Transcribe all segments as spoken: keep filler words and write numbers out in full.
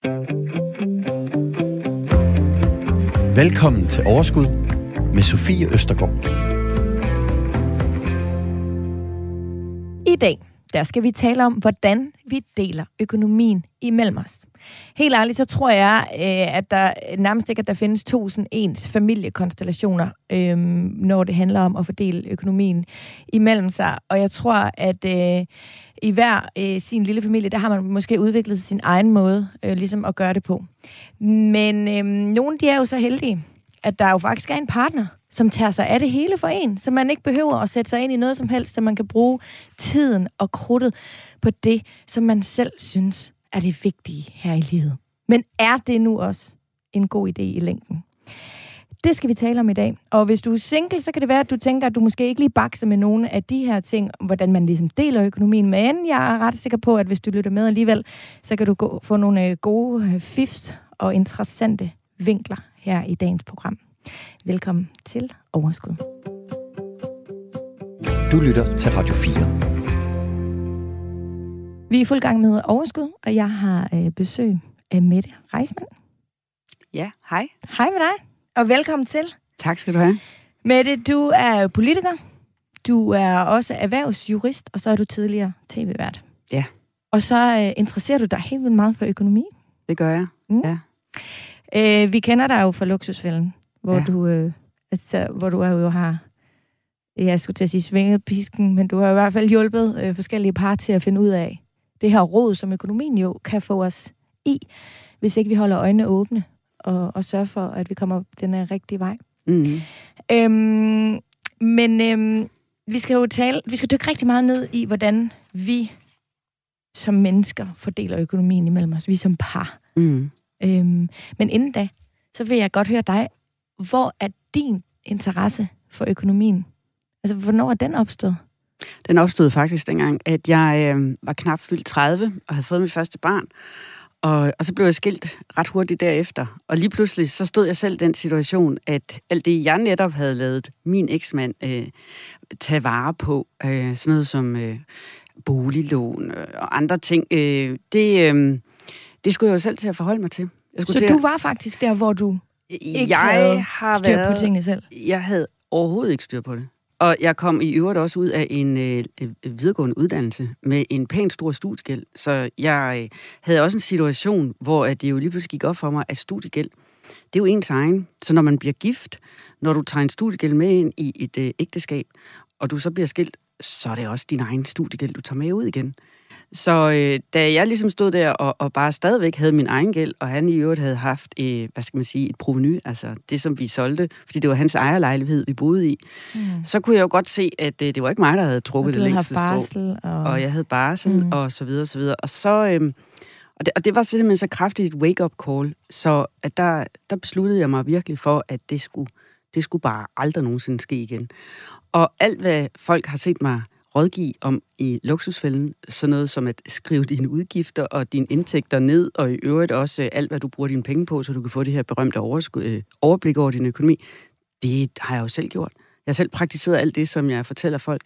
Velkommen til Overskud med Sofie Østergaard. I dag, der skal vi tale om, hvordan vi deler økonomien imellem os. Helt ærligt, så tror jeg, at der nærmest ikke, at der findes to sådan ens familiekonstellationer, øhm, når det handler om at fordele økonomien imellem sig. Og jeg tror, at øh, i hver øh, sin lille familie, der har man måske udviklet sin egen måde øh, ligesom at gøre det på. Men øh, nogle, de er jo så heldige, at der jo faktisk er en partner, som tager sig af det hele for en, så man ikke behøver at sætte sig ind i noget som helst, så man kan bruge tiden og krudtet på det, som man selv synes er det vigtige her i livet. Men er det nu også en god idé i længden? Det skal vi tale om i dag. Og hvis du er single, så kan det være, at du tænker, at du måske ikke lige bakser med nogle af de her ting, hvordan man ligesom deler økonomien. Men jeg er ret sikker på, at hvis du lytter med alligevel, så kan du gå, få nogle gode fifs og interessante vinkler her i dagens program. Velkommen til Overskud. Du lytter til Radio fire. Vi er i fuld gang med Overskud, og jeg har øh, besøg af Mette Reisman. Ja, hej. Hej med dig, og velkommen til. Tak skal du have. Mette, du er politiker, du er også erhvervsjurist, og så er du tidligere tv-vært. Ja. Og så øh, interesserer du dig helt vildt meget for økonomi. Det gør jeg, mm. ja. Øh, vi kender dig jo fra Luksusfælden, hvor, ja. du, øh, altså, hvor du jo har, jeg skulle til at sige svinget pisken, men du har i hvert fald hjulpet øh, forskellige par til at finde ud af det her råd, som økonomien jo kan få os i, hvis ikke vi holder øjnene åbne og, og sørger for, at vi kommer den her rigtige vej. Mm. Øhm, men øhm, vi skal jo tale, vi skal dykke rigtig meget ned i, hvordan vi som mennesker fordeler økonomien imellem os, vi som par. Mm. Øhm, men inden da, så vil jeg godt høre dig, hvor er din interesse for økonomien? Altså, hvornår er den opstået? Den opstod faktisk dengang, at jeg øh, var knap fyldt tredive og havde fået mit første barn. Og, og så blev jeg skilt ret hurtigt derefter. Og lige pludselig så stod jeg selv i den situation, at alt det, jeg netop havde lavet min eksmand øh, tage vare på, øh, sådan noget som øh, boliglån øh, og andre ting, øh, det, øh, det skulle jeg jo selv til at forholde mig til. Jeg skulle så til du at... var faktisk der, hvor du ikke jeg havde har styr været... på tingene selv? Jeg havde overhovedet ikke styr på det. Og jeg kom i øvrigt også ud af en øh, videregående uddannelse med en pænt stor studiegæld. Så jeg øh, havde også en situation, hvor at det jo lige pludselig gik op for mig, at studiegæld, det er jo ens egen. Så når man bliver gift, når du tager en studiegæld med ind i et øh, ægteskab, og du så bliver skilt, så er det også din egen studiegæld, du tager med ud igen. Så øh, da jeg ligesom stod der og, og bare stadigvæk havde min egen gæld, og han i øvrigt havde haft, øh, hvad skal man sige, et provenu, altså det, som vi solgte, fordi det var hans ejerlejlighed, vi boede i, mm. så kunne jeg jo godt se, at øh, det var ikke mig, der havde trukket det længste strå. Og... og jeg havde barsel, mm. og så videre, og så videre. Og så, øh, og, det, og det var simpelthen så kraftigt et wake-up call, så at der, der besluttede jeg mig virkelig for, at det skulle, det skulle bare aldrig nogensinde ske igen. Og alt, hvad folk har set mig rådgive om i Luksusfælden, sådan noget som at skrive dine udgifter og dine indtægter ned, og i øvrigt også alt, hvad du bruger dine penge på, så du kan få det her berømte overskud, øh, overblik over din økonomi. Det har jeg jo selv gjort. Jeg har selv praktiseret alt det, som jeg fortæller folk.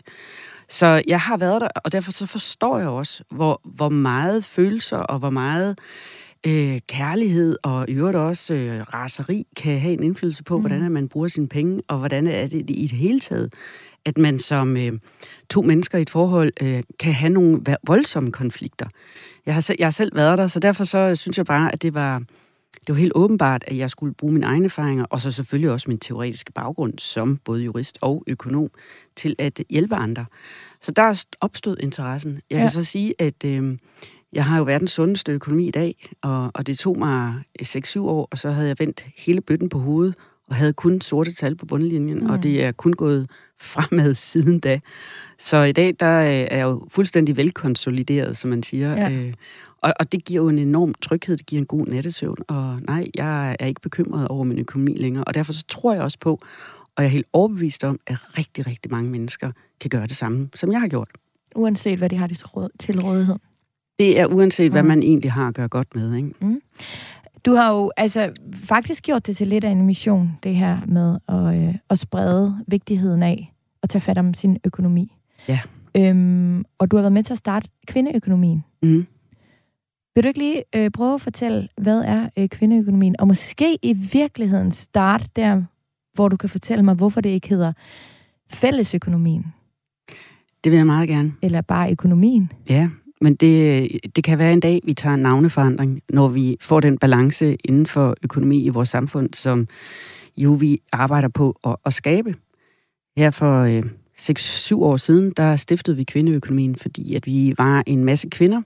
Så jeg har været der, og derfor så forstår jeg også, hvor, hvor meget følelser og hvor meget øh, kærlighed og i øvrigt også øh, raseri kan have en indflydelse på, mm. hvordan man bruger sine penge, og hvordan er det i det hele taget, at man som øh, to mennesker i et forhold øh, kan have nogle voldsomme konflikter. Jeg har, selv, jeg har selv været der, så derfor så synes jeg bare, at det var, det var helt åbenbart, at jeg skulle bruge mine egne erfaringer, og så selvfølgelig også min teoretiske baggrund som både jurist og økonom, til at hjælpe andre. Så der er opstået interessen. Jeg ja. kan så sige, at øh, jeg har jo verdens sundeste økonomi i dag, og, og det tog mig seks syv år, og så havde jeg vendt hele bøtten på hovedet, og havde kun sorte tal på bundlinjen, mm. og det er kun gået fremad siden da. Så i dag, der er jeg jo fuldstændig velkonsolideret, som man siger. Ja. Øh, og, og det giver jo en enorm tryghed, det giver en god nattesøvn, og nej, jeg er ikke bekymret over min økonomi længere, og derfor så tror jeg også på, og jeg er helt overbevist om, at rigtig, rigtig mange mennesker kan gøre det samme, som jeg har gjort. Uanset hvad de har til rådighed. Det er uanset, mm. hvad man egentlig har at gøre godt med, ikke? Mm. Du har jo altså faktisk gjort det til lidt af en mission, det her med at, øh, at sprede vigtigheden af at tage fat om sin økonomi. Ja. Øhm, og du har været med til at starte kvindeøkonomien. Mm. Vil du ikke lige øh, prøve at fortælle, hvad er øh, kvindeøkonomien? Og måske i virkeligheden starte der, hvor du kan fortælle mig, hvorfor det ikke hedder fællesøkonomien. Det vil jeg meget gerne. Eller bare økonomien. Ja, men det, det kan være en dag, vi tager en navneforandring, når vi får den balance inden for økonomi i vores samfund, som jo vi arbejder på at, at skabe. Her for øh, seks syv år siden, der stiftede vi kvindeøkonomien, fordi at vi var en masse kvinder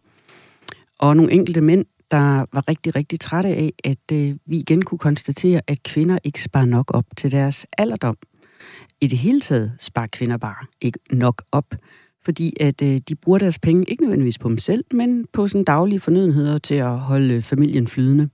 og nogle enkelte mænd, der var rigtig, rigtig trætte af, at øh, vi igen kunne konstatere, at kvinder ikke sparer nok op til deres alderdom. I det hele taget sparer kvinder bare ikke nok op, fordi at øh, de bruger deres penge ikke nødvendigvis på dem selv, men på sådan daglige fornødenheder til at holde familien flydende.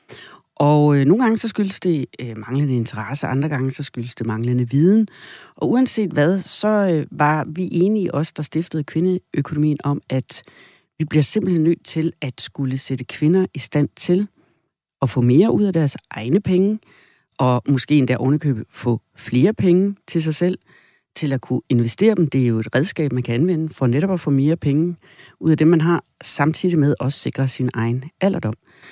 Og øh, nogle gange så skyldes det øh, manglende interesse, andre gange så skyldes det manglende viden. Og uanset hvad, så øh, var vi enige os, der stiftede kvindeøkonomien, om at vi bliver simpelthen nødt til at skulle sætte kvinder i stand til at få mere ud af deres egne penge, og måske endda ovenikøbet få flere penge til sig selv, til at kunne investere dem. Det er jo et redskab, man kan anvende for netop at få mere penge ud af det, man har, samtidig med også sikre sin egen alderdom.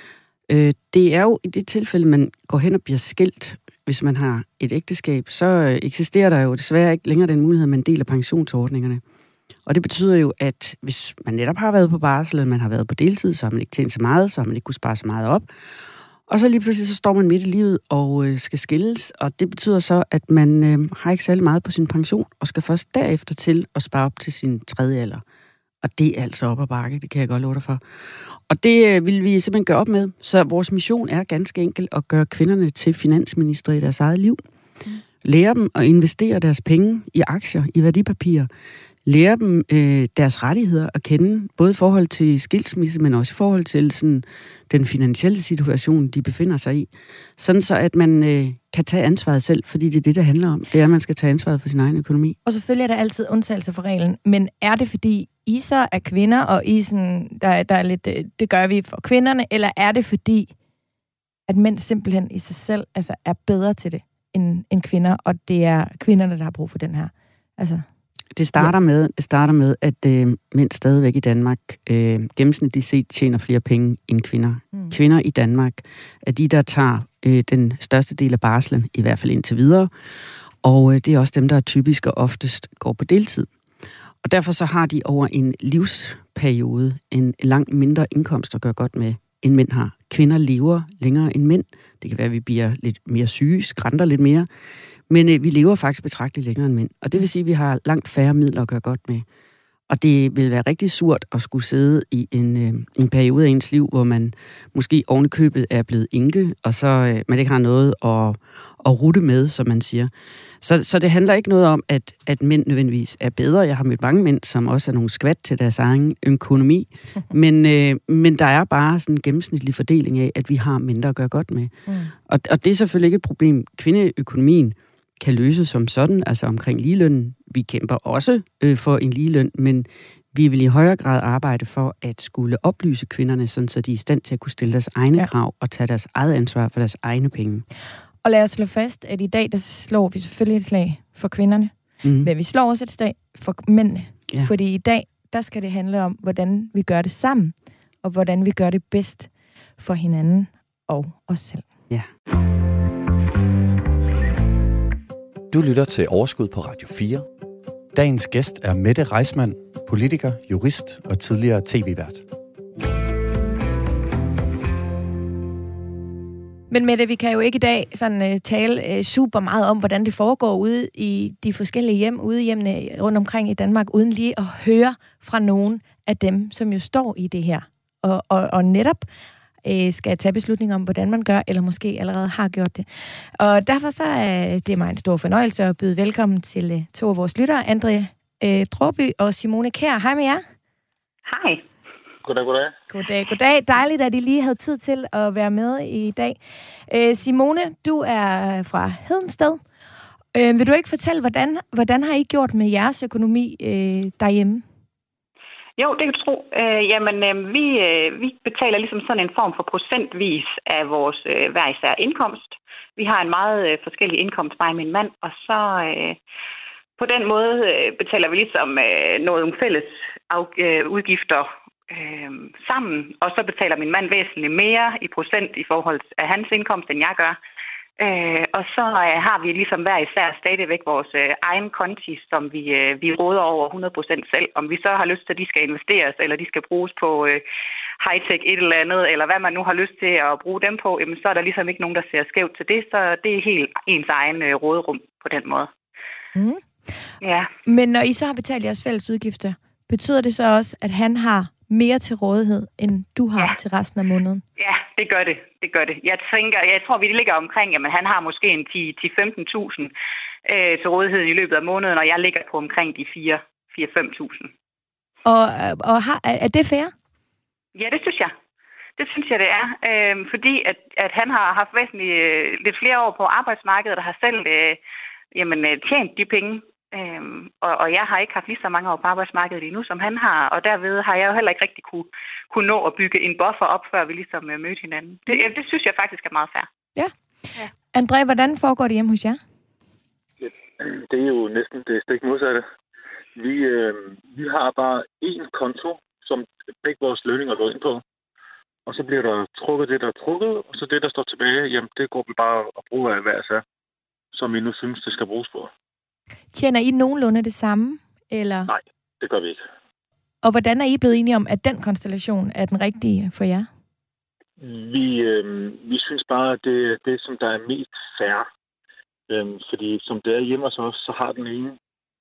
Det er jo i det tilfælde, man går hen og bliver skilt, hvis man har et ægteskab, så eksisterer der jo desværre ikke længere den mulighed, at man deler pensionsordningerne. Og det betyder jo, at hvis man netop har været på barsel, eller man har været på deltid, så har man ikke tjent så meget, så har man ikke kunne spare så meget op. Og så lige pludselig så står man midt i livet og øh, skal skilles, og det betyder så, at man øh, har ikke særlig meget på sin pension, og skal først derefter til at spare op til sin tredje alder. Og det er altså op ad bakke, det kan jeg godt love dig for. Og det øh, vil vi simpelthen gøre op med. Så vores mission er ganske enkelt at gøre kvinderne til finansministre i deres eget liv. Mm. Lære dem at investere deres penge i aktier, i værdipapirer. Lære dem øh, deres rettigheder at kende, både i forhold til skilsmisse, men også i forhold til sådan, den finansielle situation, de befinder sig i. Sådan så, at man øh, kan tage ansvaret selv, fordi det er det, det handler om. Det er, at man skal tage ansvaret for sin egen økonomi. Og selvfølgelig er der altid undtagelser for reglen, men er det fordi, I så er kvinder, og I sådan, der, der er lidt, det gør vi for kvinderne, eller er det fordi, at mænd simpelthen i sig selv altså, er bedre til det end, end kvinder, og det er kvinderne, der har brug for den her? Altså... Det starter med, det starter med at øh, mænd stadigvæk i Danmark øh, gennemsnitligt set tjener flere penge end kvinder. Mm. Kvinder i Danmark er de, der tager øh, den største del af barslen, i hvert fald indtil videre. Og øh, det er også dem, der typisk og oftest går på deltid. Og derfor så har de over en livsperiode en langt mindre indkomst at gøre godt med, end mænd har. Kvinder lever længere end mænd. Det kan være, at vi bliver lidt mere syge, skrænter lidt mere. Men øh, vi lever faktisk betragteligt længere end mænd. Og det vil sige, at vi har langt færre midler at gøre godt med. Og det vil være rigtig surt at skulle sidde i en, øh, en periode af ens liv, hvor man måske ovenikøbet er blevet enke, og så øh, man ikke har noget at, at rutte med, som man siger. Så, så det handler ikke noget om, at, at mænd nødvendigvis er bedre. Jeg har mødt mange mænd, som også er nogle skvat til deres egen økonomi. Men, øh, men der er bare sådan en gennemsnitlig fordeling af, at vi har mindre at gøre godt med. Mm. Og, og det er selvfølgelig ikke et problem. Kvindeøkonomien kan løses som sådan, altså omkring ligelønnen. Vi kæmper også øh, for en ligeløn, men vi vil i højere grad arbejde for at skulle oplyse kvinderne, sådan så de er i stand til at kunne stille deres egne ja. krav og tage deres eget ansvar for deres egne penge. Og lad os slå fast, at i dag, der slår vi selvfølgelig et slag for kvinderne, mm. men vi slår også et slag for mændene. Ja. Fordi i dag, der skal det handle om, hvordan vi gør det sammen, og hvordan vi gør det bedst for hinanden og os selv. Ja. Du lytter til Overskud på Radio fire. Dagens gæst er Mette Reisman, politiker, jurist og tidligere tv-vært. Men Mette, vi kan jo ikke i dag sådan, uh, tale uh, super meget om, hvordan det foregår ude i de forskellige hjem, ude i hjemmene rundt omkring i Danmark, uden lige at høre fra nogen af dem, som jo står i det her. Og, og, og netop uh, skal tage beslutninger om, hvordan man gør, eller måske allerede har gjort det. Og derfor så er det mig en stor fornøjelse at byde velkommen til uh, to af vores lyttere, André uh, Dråby og Simone Kjær. Hej med jer. Hej. Goddag, goddag. Goddag, goddag. Dejligt, at I lige havde tid til at være med i dag. Øh, Simone, du er fra Hedensted. Øh, vil du ikke fortælle, hvordan, hvordan har I gjort med jeres økonomi øh, derhjemme? Jo, det kan du tro. Øh, jamen, øh, vi, øh, vi betaler ligesom sådan en form for procentvis af vores øh, hver især indkomst. Vi har en meget øh, forskellig indkomst, mig og min mand, og så øh, på den måde øh, betaler vi ligesom øh, nogle fælles af, øh, udgifter øh, sammen, og så betaler min mand væsentligt mere i procent i forhold af hans indkomst, end jeg gør. Øh, og så øh, har vi ligesom hver især stadigvæk vores øh, egen konti, som vi, øh, vi råder over hundrede procent selv. Om vi så har lyst til, at de skal investeres, eller de skal bruges på øh, high-tech et eller andet, eller hvad man nu har lyst til at bruge dem på, jamen, så er der ligesom ikke nogen, der ser skævt til det. Så det er helt ens egen øh, råderum på den måde. Mm. Ja. Men når I så har betalt jeres fælles udgifter, betyder det så også, at han har mere til rådighed, end du har ja. til resten af måneden? Ja, det gør det. Det gør det. Jeg tænker, jeg tror, vi ligger omkring, jamen han har måske en ti til femten tusind øh, til rådighed i løbet af måneden, og jeg ligger på omkring de fire til fem tusind. Og, og har, er det fair? Ja, det synes jeg. Det synes jeg, det er. Øh, fordi at, at han har haft væsentligt øh, lidt flere år på arbejdsmarkedet, og har selv øh, jamen, øh, tjent de penge. Øhm, og, og jeg har ikke haft lige så mange år på arbejdsmarkedet endnu, som han har, og derved har jeg jo heller ikke rigtig kunne, kunne nå at bygge en buffer op, før vi ligesom uh, mødte hinanden. Det, mm. det synes jeg faktisk er meget fair. Ja. ja. André, hvordan foregår det hjemme hos jer? Ja, det er jo næsten det stik modsatte. Vi, øh, vi har bare én konto, som begge vores lønninger går ind på, og så bliver der trukket det, der er trukket, og så det, der står tilbage, jamen det går vi bare og bruger af hver sag, som vi nu synes, det skal bruges på. Tjener I nogenlunde det samme? Eller? Nej, det gør vi ikke. Og hvordan er I blevet enige om, at den konstellation er den rigtige for jer? Vi, øh, vi synes bare, at det er det, som der er mest fair. Øh, fordi som det er hjemme hos os, så har den ene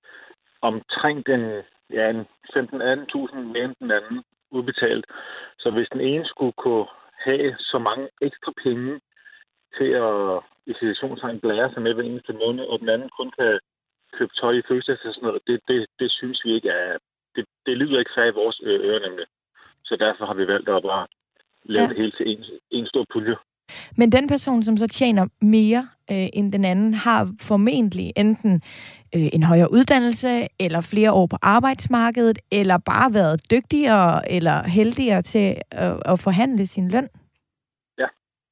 omkring den ja, femten til atten tusind mere end den anden udbetalt. Så hvis den ene skulle kunne have så mange ekstra penge til at i situationstegn blære sig med hver eneste måned, og den anden kun kan købe tøj i fødselsdag og sådan noget, det, det, det synes vi ikke er... Det, det lyder ikke fair i vores ører nemlig. Så derfor har vi valgt at bare lave ja. det hele til en, en stor pulje. Men den person, som så tjener mere øh, end den anden, har formentlig enten øh, en højere uddannelse, eller flere år på arbejdsmarkedet, eller bare været dygtigere eller heldigere til øh, at forhandle sin løn. Ja.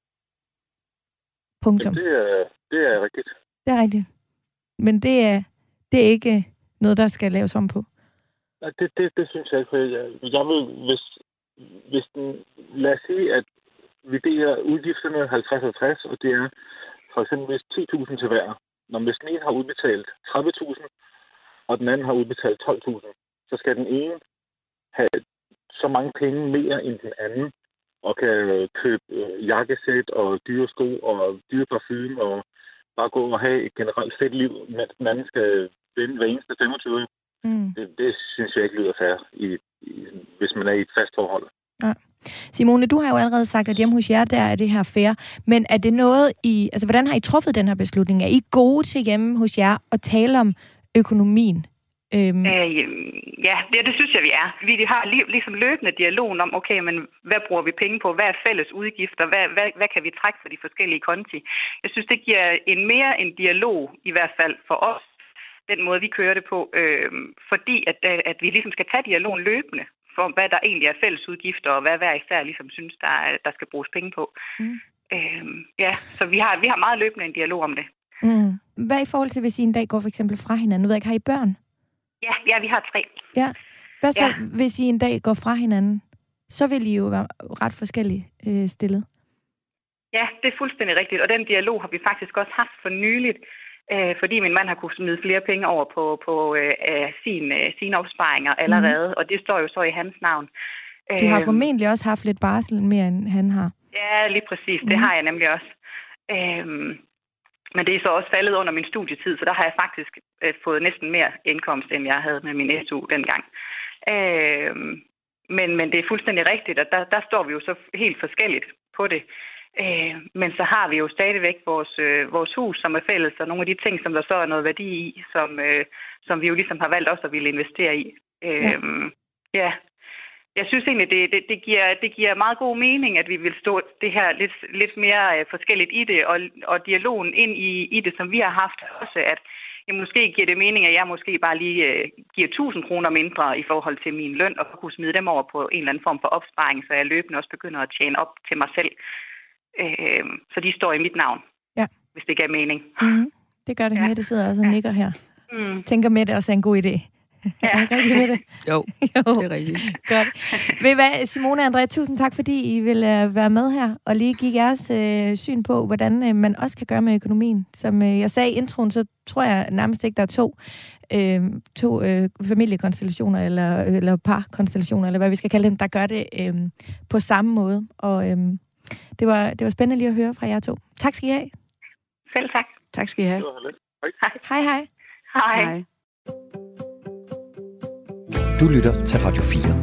Punktum. Det er, det er rigtigt. Det er rigtigt. Men det er, det er ikke noget, der skal laves om på. Nej, det, det, det synes jeg ikke. Jeg, jeg vil, hvis, hvis den, lad os sige, at vi deler udgifterne halvtreds halvtreds, og det er for eksempel ti tusind til hver. Når hvis den ene har udbetalt tredive tusind, og den anden har udbetalt tolv tusind, så skal den ene have så mange penge mere end den anden, og kan købe øh, jakkesæt og dyre sko og dyre parfume og bare gå og have et generelt fedt liv, mens den anden skal vinde hver eneste femogtyve. Mm. Det, det synes jeg ikke lyder fair, i, i, hvis man er i et fast forhold. Ja. Simone, du har jo allerede sagt, at hjemme hos jer, der er det her fair. Men er det noget i... Altså, hvordan har I truffet den her beslutning? Er I gode til hjemme hos jer at tale om økonomien? Øhm. Øh, ja, det, det synes jeg, vi er. Vi har ligesom løbende dialogen om, okay, men hvad bruger vi penge på? Hvad er fælles udgifter? Hvad, hvad, hvad kan vi trække for de forskellige konti? Jeg synes, det giver en mere en dialog, i hvert fald for os, den måde, vi kører det på, øh, fordi at, at vi ligesom skal tage dialogen løbende for, hvad der egentlig er fælles udgifter, og hvad hver især ligesom synes, der, der skal bruges penge på. Mm. Øh, ja, så vi har, vi har meget løbende en dialog om det. Mm. Hvad i forhold til, hvis I en dag går for eksempel fra hinanden? Nu ved jeg ikke, har I børn? Ja, ja, vi har tre. Ja. Hvad så, ja. hvis I en dag går fra hinanden? Så vil I jo være ret forskellige øh, stillet. Ja, det er fuldstændig rigtigt, og den dialog har vi faktisk også haft for nyligt, øh, fordi min mand har kunnet smide flere penge over på, på øh, sin, øh, sine opsparinger allerede, mm. og det står jo så i hans navn. Du har formentlig også haft lidt barsel mere, end han har. Ja, lige præcis. Det mm. har jeg nemlig også. Øhm, men det er så også faldet under min studietid, så der har jeg faktisk øh, fået næsten mere indkomst, end jeg havde med min S U dengang. Øhm, men, men det er fuldstændig rigtigt, og der, der står vi jo så helt forskelligt på det. Øh, men så har vi jo stadigvæk vores, øh, vores hus, som er fælles, og nogle af de ting, som der så er noget værdi i, som, øh, som vi jo ligesom har valgt også at ville investere i. Øh, ja. ja. Jeg synes egentlig, det, det, det, giver, det giver meget god mening, at vi vil stå det her lidt, lidt mere øh, forskelligt i det, og, og dialogen ind i, i det, som vi har haft også, at ja, måske giver det mening, at jeg måske bare lige øh, giver tusind kroner mindre i forhold til min løn, og kunne smide dem over på en eller anden form for opsparing, så jeg løbende også begynder at tjene op til mig selv. Øh, så de står i mit navn, ja. Hvis det giver mening. Mm-hmm. Det gør det. Ja. Mette sidder også og nikker her. Mm. Tænker Mette også er en god idé. Ja. Er det rigtigt med det? Jo, jo, det er rigtigt. Godt. Ved I hvad, Simone og Andrea, tusind tak, fordi I vil uh, være med her og lige give jeres uh, syn på, hvordan uh, man også kan gøre med økonomien. Som uh, jeg sagde i introen, så tror jeg nærmest ikke, der er to, uh, to uh, familiekonstellationer eller, eller parkonstellationer, eller hvad vi skal kalde dem, der gør det uh, på samme måde. Og uh, det, var, det var spændende lige at høre fra jer to. Tak skal I have. Selv tak. Tak skal I have. Hej. Hej, hej. Hej. Hej. Du lytter til Radio fire.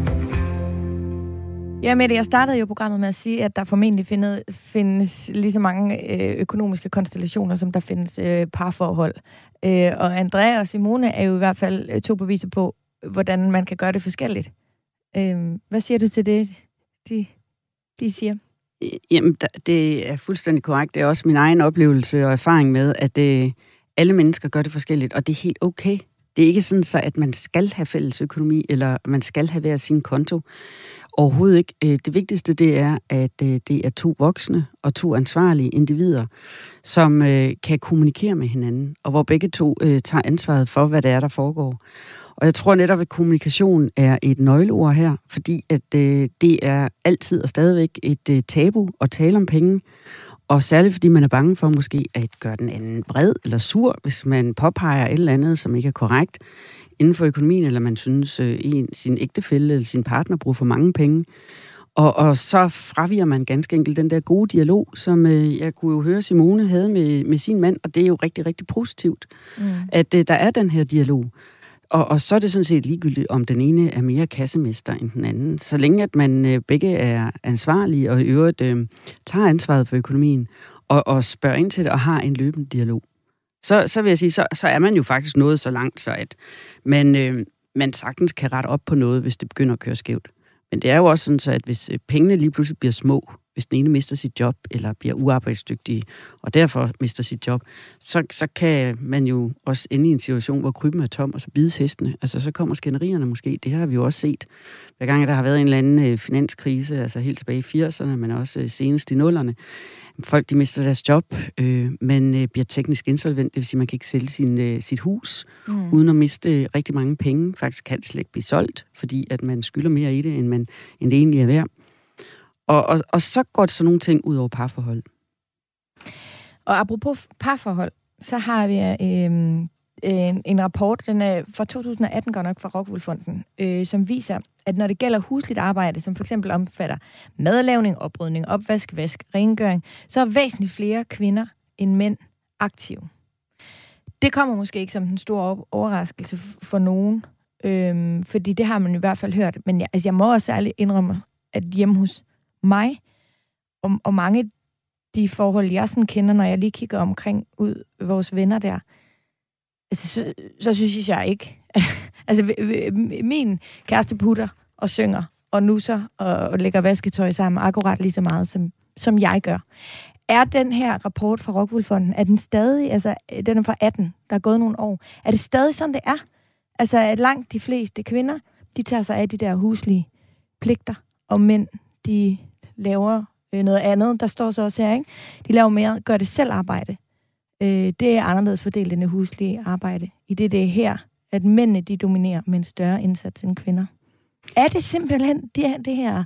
Ja, Mette, jeg startede jo programmet med at sige, at der formentlig findes, findes lige så mange øh, økonomiske konstellationer, som der findes øh, parforhold. Øh, og Andrea og Simone er jo i hvert fald øh, to beviser på, hvordan man kan gøre det forskelligt. Øh, hvad siger du til det, de, de siger? Jamen, det er fuldstændig korrekt. Det er også min egen oplevelse og erfaring med, at det, alle mennesker gør det forskelligt, og det er helt okay. Det er ikke sådan, så at man skal have fælles økonomi, eller man skal have hver sin konto. Overhovedet ikke. Det vigtigste, det er, at det er to voksne og to ansvarlige individer, som kan kommunikere med hinanden, og hvor begge to tager ansvaret for, hvad det er, der foregår. Og jeg tror netop, at kommunikation er et nøgleord her, fordi at det er altid og stadigvæk et tabu at tale om penge. Og særligt fordi man er bange for måske at gøre den anden vred eller sur, hvis man påpeger et eller andet, som ikke er korrekt inden for økonomien, eller man synes, at en, sin ægtefælle eller sin partner bruger for mange penge. Og, og så fraviger man ganske enkelt den der gode dialog, som øh, jeg kunne jo høre Simone havde med, med sin mand, og det er jo rigtig, rigtig positivt, mm. at øh, der er den her dialog. Og, og så er det sådan set ligegyldigt, om den ene er mere kassemester end den anden. Så længe at man øh, begge er ansvarlige og i øvrigt øh, tager ansvaret for økonomien og, og spørger ind til det og har en løbende dialog, så, så vil jeg sige, så, så er man jo faktisk nået så langt, så at man, øh, man sagtens kan rette op på noget, hvis det begynder at køre skævt. Men det er jo også sådan, så at hvis pengene lige pludselig bliver små, hvis den ene mister sit job, eller bliver uarbejdsdygtig, og derfor mister sit job, så, så kan man jo også ende i en situation, hvor krybben er tom, og så bides hestene. Altså, så kommer skænderierne måske. Det har vi jo også set. Hver gang der har været en eller anden øh, finanskrise, altså helt tilbage i firserne, men også øh, senest i nullerne. Folk, de mister deres job, øh, men øh, bliver teknisk insolvent, det vil sige, man kan ikke sælge sin, øh, sit hus, mm. uden at miste øh, rigtig mange penge. Faktisk kan det slet ikke blive solgt, fordi at man skylder mere i det, end, man, end det egentlig er værd. Og, og, og så går det sådan nogle ting ud over parforhold. Og apropos parforhold, så har vi øh, en, en rapport, den er fra to tusind og atten godt nok fra Rockwool Fonden, øh, som viser, at når det gælder husligt arbejde, som for eksempel omfatter madlavning, oprydning, opvask, vask, rengøring, så er væsentligt flere kvinder end mænd aktive. Det kommer måske ikke som den store overraskelse for nogen, øh, fordi det har man i hvert fald hørt. Men jeg, altså jeg må også særligt indrømme, at hjemme hos mig, og, og mange de forhold, jeg sådan kender, når jeg lige kigger omkring ud vores venner der, altså, så, så synes jeg ikke. altså, min kæreste putter og synger, og nusser og, og lægger vasketøj sammen akkurat lige så meget, som, som jeg gør. Er den her rapport fra Rockwool Fonden, er den stadig, altså den er fra atten, der er gået nogle år, er det stadig sådan, det er? Altså, at langt de fleste kvinder, de tager sig af de der huslige pligter, og mænd, de laver øh, noget andet. Der står så også her, ikke? De laver mere, gør det selv arbejde. Øh, det er anderledes fordelt end det huslige arbejde. I det, det er her, at mændene, de dominerer med en større indsats end kvinder. Er det simpelthen det, det her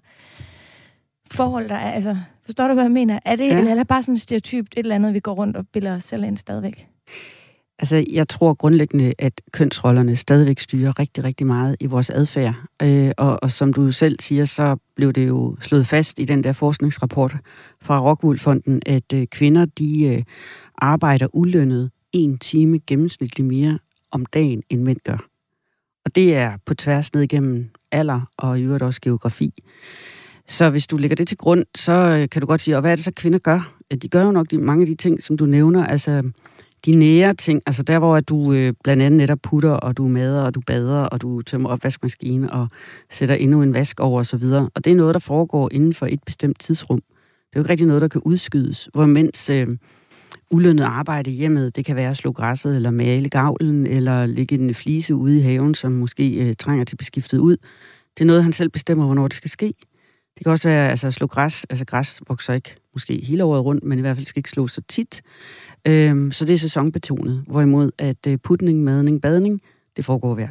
forhold, der er, altså, forstår du, hvad jeg mener? Er det, ja. Eller er det bare sådan stereotypt et eller andet, vi går rundt og bilder os selv ind stadigvæk? Altså, jeg tror grundlæggende, at kønsrollerne stadigvæk styrer rigtig, rigtig meget i vores adfærd. Øh, og, og som du selv siger, så blev det jo slået fast i den der forskningsrapport fra Rockwool Fonden, at øh, kvinder, de øh, arbejder ulønnet en time gennemsnitligt mere om dagen, end mænd gør. Og det er på tværs ned igennem alder og i øvrigt også geografi. Så hvis du lægger det til grund, så kan du godt sige, og hvad er det så kvinder gør? De gør jo nok de, mange af de ting, som du nævner, altså de nære ting, altså der, hvor du øh, blandt andet netop putter, og du mader, og du bader, og du tømmer opvaskemaskinen, og sætter endnu en vask over, og så videre. Og det er noget, der foregår inden for et bestemt tidsrum. Det er jo ikke rigtig noget, der kan udskydes. Hvor mens øh, ulønnet arbejde i hjemmet, det kan være at slå græsset, eller male gavlen, eller lægge en flise ude i haven, som måske øh, trænger til at blive skiftet ud. Det er noget, han selv bestemmer, hvornår det skal ske. Det kan også være altså, at slå græs. Altså græs vokser ikke måske hele året rundt, men i hvert fald skal ikke slå så tit. Øhm, så det er sæsonbetonet. Hvorimod at øh, putning, madning, badning, det foregår hver dag.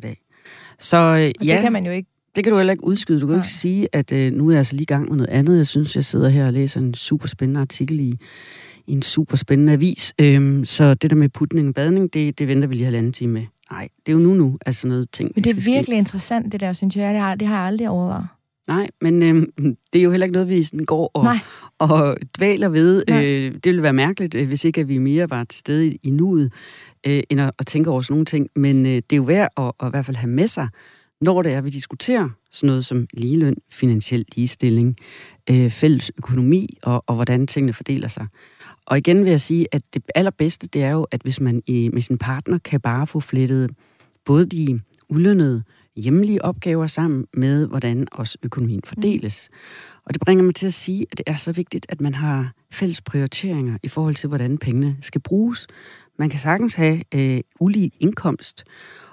Så og ja, det kan man jo ikke. Det kan du heller ikke udskyde. Du kan jo Nej. ikke sige, at øh, nu er jeg altså lige i gang med noget andet. Jeg synes, jeg sidder her og læser en super spændende artikel i, i en super spændende avis. Øhm, så det der med putning og badning, det, det venter vi lige halvanden time med. Nej, det er jo nu nu, altså noget ting, Men det er virkelig ske. interessant, det der, synes jeg. Det har, det har jeg aldrig overvejet. Nej, men øh, det er jo heller ikke noget, vi sådan går og, og dvæler ved. Øh, det ville være mærkeligt, hvis ikke at vi mere var til stede i, i nuet, øh, end at, at tænke over sådan nogle ting. Men øh, det er jo værd at, at i hvert fald have med sig, når det er, vi diskuterer sådan noget som ligeløn, finansiel ligestilling, øh, fælles økonomi og, og hvordan tingene fordeler sig. Og igen vil jeg sige, at det allerbedste, det er jo, at hvis man i, med sin partner kan bare få flettet både de ulønnede hjemlige opgaver sammen med, hvordan også økonomien fordeles. Og det bringer mig til at sige, at det er så vigtigt, at man har fælles prioriteringer i forhold til, hvordan pengene skal bruges. Man kan sagtens have øh, ulige indkomst,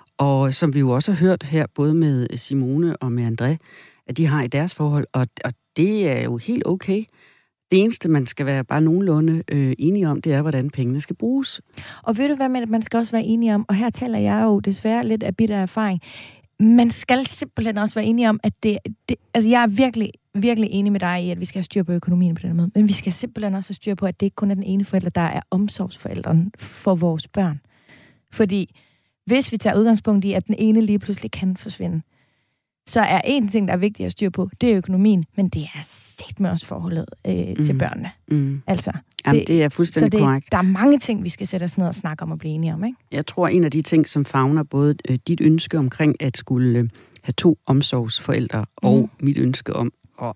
og som vi jo også har hørt her, både med Simone og med André, at de har i deres forhold, og, og det er jo helt okay. Det eneste, man skal være bare nogenlunde øh, enige om, det er, hvordan pengene skal bruges. Og ved du hvad med, at man skal også være enige om, og her taler jeg jo desværre lidt af bitter erfaring, man skal simpelthen også være enige om, at det, det... Altså, jeg er virkelig, virkelig enig med dig i, at vi skal have styr på økonomien på den måde. Men vi skal simpelthen også have styr på, at det ikke kun er den ene forælder, der er omsorgsforældren for vores børn. Fordi hvis vi tager udgangspunkt i, at den ene lige pludselig kan forsvinde, så er en ting, der er vigtigt at styre på, det er økonomien, men det er set med os forholdet øh, mm. til børnene. Mm. Altså, Jamen, det, det er fuldstændig så det, korrekt. Der er mange ting, vi skal sætte os ned og snakke om og blive enige om, ikke? Jeg tror, en af de ting, som favner både øh, dit ønske omkring at skulle øh, have to omsorgsforældre, mm. og mit ønske om at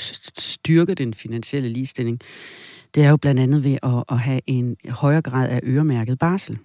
styrke den finansielle ligestilling, det er jo blandt andet ved at, at have en højere grad af øremærket barsel.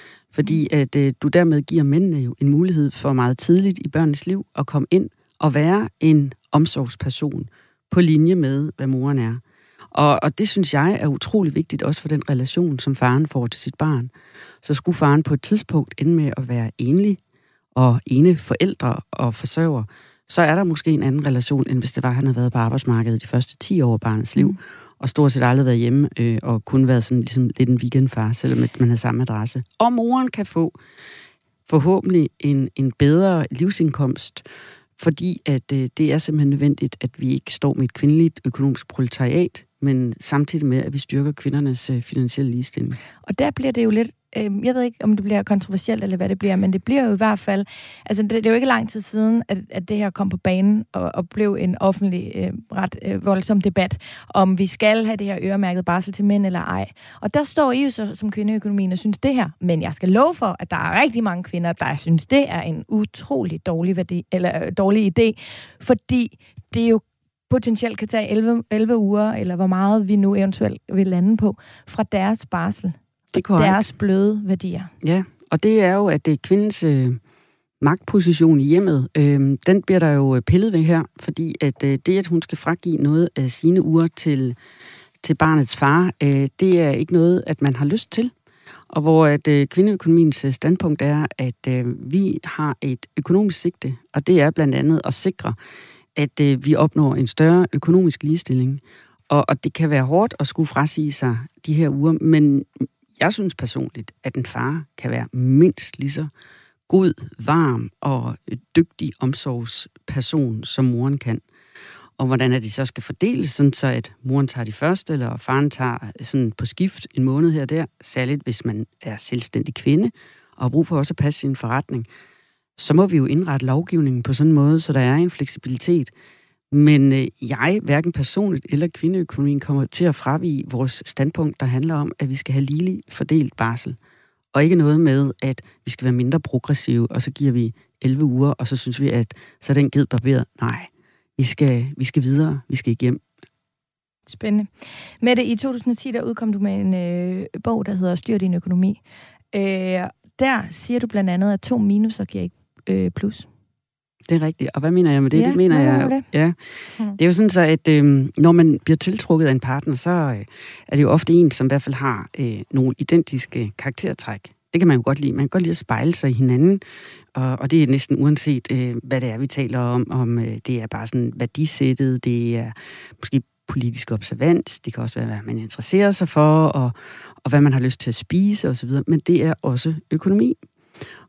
Fordi at øh, du dermed giver mændene jo en mulighed for meget tidligt i børnenes liv at komme ind og være en omsorgsperson på linje med, hvad moren er. Og, og det synes jeg er utrolig vigtigt, også for den relation, som faren får til sit barn. Så skulle faren på et tidspunkt ende med at være enlig og ene forældre og forsørger, så er der måske en anden relation, end hvis det var, han havde været på arbejdsmarkedet de første ti år af barnets liv, mm. og stort set aldrig været hjemme, øh, og kun været sådan ligesom lidt en weekendfar, selvom man havde samme adresse. Og moren kan få forhåbentlig en, en bedre livsindkomst, fordi at øh, det er simpelthen nødvendigt, at vi ikke står med et kvindeligt økonomisk proletariat, men samtidig med, at vi styrker kvindernes øh, finansielle ligestilling. Og der bliver det jo lidt, øh, jeg ved ikke, om det bliver kontroversielt, eller hvad det bliver, men det bliver jo i hvert fald, altså det, det er jo ikke lang tid siden, at, at det her kom på banen, og, og blev en offentlig, øh, ret øh, voldsom debat, om vi skal have det her øremærket barsel til mænd eller ej. Og der står I jo så som kvindeøkonomien og synes det her, men jeg skal love for, at der er rigtig mange kvinder, der synes, det er en utrolig dårlig, værdi, eller, øh, dårlig idé, fordi det er jo potentielt kan tage elleve, elleve uger, eller hvor meget vi nu eventuelt vil lande på, fra deres barsel. Det er korrekt. Deres bløde værdier. Ja, og det er jo, at det er kvindens øh, magtposition i hjemmet, øh, den bliver der jo pillet ved her, fordi at øh, det, at hun skal fragive noget af sine uger til, til barnets far, øh, det er ikke noget, at man har lyst til. Og hvor at øh, kvindeøkonomiens standpunkt er, at øh, vi har et økonomisk sigte, og det er blandt andet at sikre, at øh, vi opnår en større økonomisk ligestilling. Og, og det kan være hårdt at skulle frasige sig de her uger, men jeg synes personligt, at en far kan være mindst lige så god, varm og dygtig omsorgsperson, som moren kan. Og hvordan er de så skal fordeles, sådan så at moren tager de første, eller faren tager sådan på skift en måned her og der, særligt hvis man er selvstændig kvinde, og har brug for også at passe sin forretning, så må vi jo indrette lovgivningen på sådan en måde, så der er en fleksibilitet. Men øh, jeg, hverken personligt eller kvindeøkonomien, kommer til at fravige vores standpunkt, der handler om, at vi skal have ligelig fordelt barsel. Og ikke noget med, at vi skal være mindre progressive, og så giver vi elleve uger, og så synes vi, at så er den ged barberet. Nej, vi skal, vi skal videre, vi skal hjem. Spændende. Mette, i to tusind og ti, der udkom du med en øh, bog, der hedder Styr din økonomi. Øh, der siger du blandt andet, at to minuser giver ikke øh, plus. Det er rigtigt. Og hvad mener jeg med det? Ja, det mener jeg, det? Ja. Det er jo sådan så, at øh, når man bliver tiltrukket af en partner, så øh, er det jo ofte en, som i hvert fald har øh, nogle identiske karaktertræk. Det kan man jo godt lide. Man kan godt lide at spejle sig i hinanden, og, og det er næsten uanset, øh, hvad det er, vi taler om. Om øh, det er bare sådan værdisættet, det er måske politisk observans, det kan også være, hvad man interesserer sig for, og, og hvad man har lyst til at spise osv., men det er også økonomi.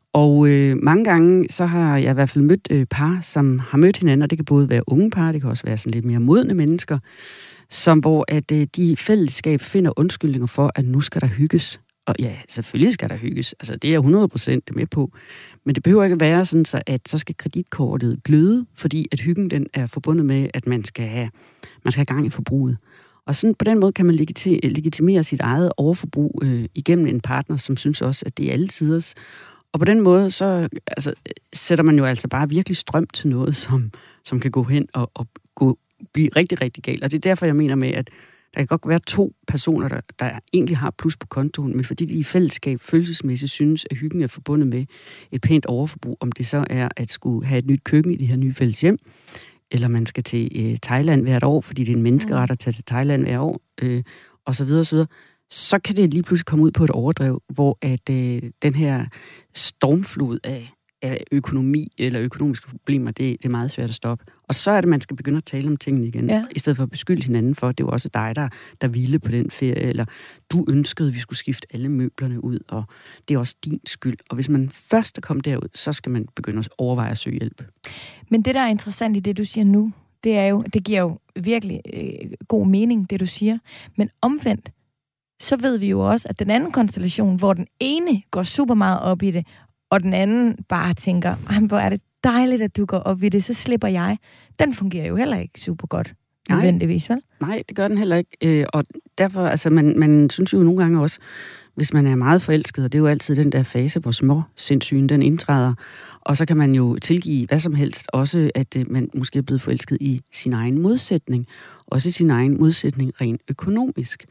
Og øh, mange gange, så har jeg i hvert fald mødt øh, par, som har mødt hinanden, og det kan både være unge par, det kan også være sådan lidt mere modne mennesker, som hvor at øh, de i fællesskab finder undskyldninger for, at nu skal der hygges. Og ja, selvfølgelig skal der hygges. Altså, det er jeg hundrede procent med på. Men det behøver ikke være sådan, så at så skal kreditkortet gløde, fordi at hyggen den er forbundet med, at man skal have, man skal have gang i forbruget. Og sådan på den måde kan man legitimere sit eget overforbrug øh, igennem en partner, som synes også, at det er alle tiders. Og på den måde, så altså, sætter man jo altså bare virkelig strøm til noget, som, som kan gå hen og, og gå, blive rigtig, rigtig galt. Og det er derfor, jeg mener med, at der kan godt være to personer, der, der egentlig har plus på kontoen, men fordi de i fællesskab følelsesmæssigt synes, at hyggen er forbundet med et pænt overforbrug, om det så er at skulle have et nyt køkken i det her nye fælles hjem, eller man skal til øh, Thailand hvert år, fordi det er en menneskeret at tage til Thailand hvert år, øh, og så videre, og så videre, så kan det lige pludselig komme ud på et overdrev, hvor at øh, den her stormflod af, af økonomi eller økonomiske problemer, det, det er meget svært at stoppe. Og så er det, man skal begynde at tale om tingene igen, ja. I stedet for at beskylde hinanden for, at det var også dig, der, der ville på den ferie, eller du ønskede, at vi skulle skifte alle møblerne ud, og det er også din skyld. Og hvis man først er kommet derud, så skal man begynde at overveje at søge hjælp. Men det, der er interessant i det, du siger nu, det er jo, det giver jo virkelig øh, god mening, det du siger. Men omvendt, så ved vi jo også, at den anden konstellation, hvor den ene går super meget op i det, og den anden bare tænker, hvor er det dejligt, at du går op i det, så slipper jeg. Den fungerer jo heller ikke super godt, nødvendigvis, vel? Nej, det gør den heller ikke. Og derfor, altså, man, man synes jo nogle gange også, hvis man er meget forelsket, og det er jo altid den der fase, hvor små sindssygen, den indtræder, og så kan man jo tilgive hvad som helst, også at man måske er blevet forelsket i sin egen modsætning, også i sin egen modsætning rent økonomisk.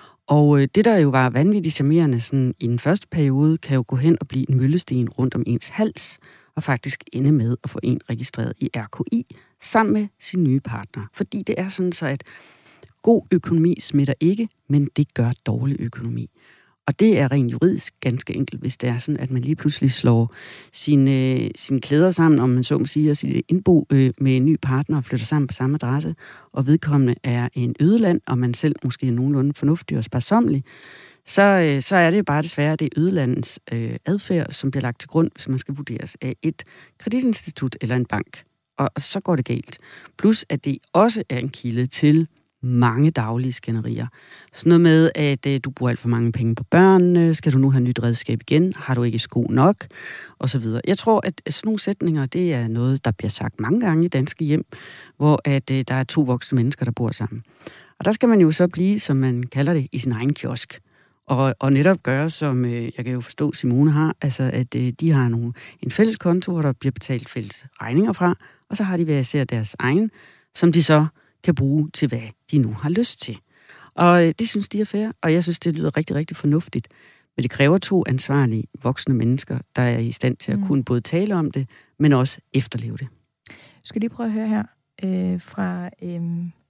Og det, der jo var vanvittigt charmerende sådan, i den første periode, kan jo gå hen og blive en møllesten rundt om ens hals, og faktisk ende med at få en registreret i R K I sammen med sin nye partner. Fordi det er sådan så, at god økonomi smitter ikke, men det gør dårlig økonomi. Og det er rent juridisk ganske enkelt, hvis det er sådan, at man lige pludselig slår sine, sine klæder sammen, om man så må sige, og sit indbo øh, med en ny partner og flytter sammen på samme adresse, og vedkommende er en ødeland, og man selv måske er nogenlunde fornuftig og sparsomlig, så, øh, så er det bare desværre det ødelandens øh, adfærd, som bliver lagt til grund, hvis man skal vurderes af et kreditinstitut eller en bank. Og, og så går det galt. Plus, at det også er en kilde til mange daglige skænderier. Sådan noget med, at øh, du bruger alt for mange penge på børnene, skal du nu have nyt redskab igen, har du ikke sko nok, og så videre. Jeg tror, at sådan nogle sætninger, det er noget, der bliver sagt mange gange i danske hjem, hvor at, øh, der er to voksne mennesker, der bor sammen. Og der skal man jo så blive, som man kalder det, i sin egen kiosk. Og, og netop gøre, som øh, jeg kan jo forstå, Simone har, altså at øh, de har nogle, en fælles konto, hvor der bliver betalt fælles regninger fra, og så har de hver især deres egen, som de så kan bruge til, hvad de nu har lyst til. Og øh, det synes de er fair, og jeg synes, det lyder rigtig, rigtig fornuftigt. Men det kræver to ansvarlige voksne mennesker, der er i stand til at mm. kunne både tale om det, men også efterleve det. Jeg skal lige prøve at høre her øh, fra øh,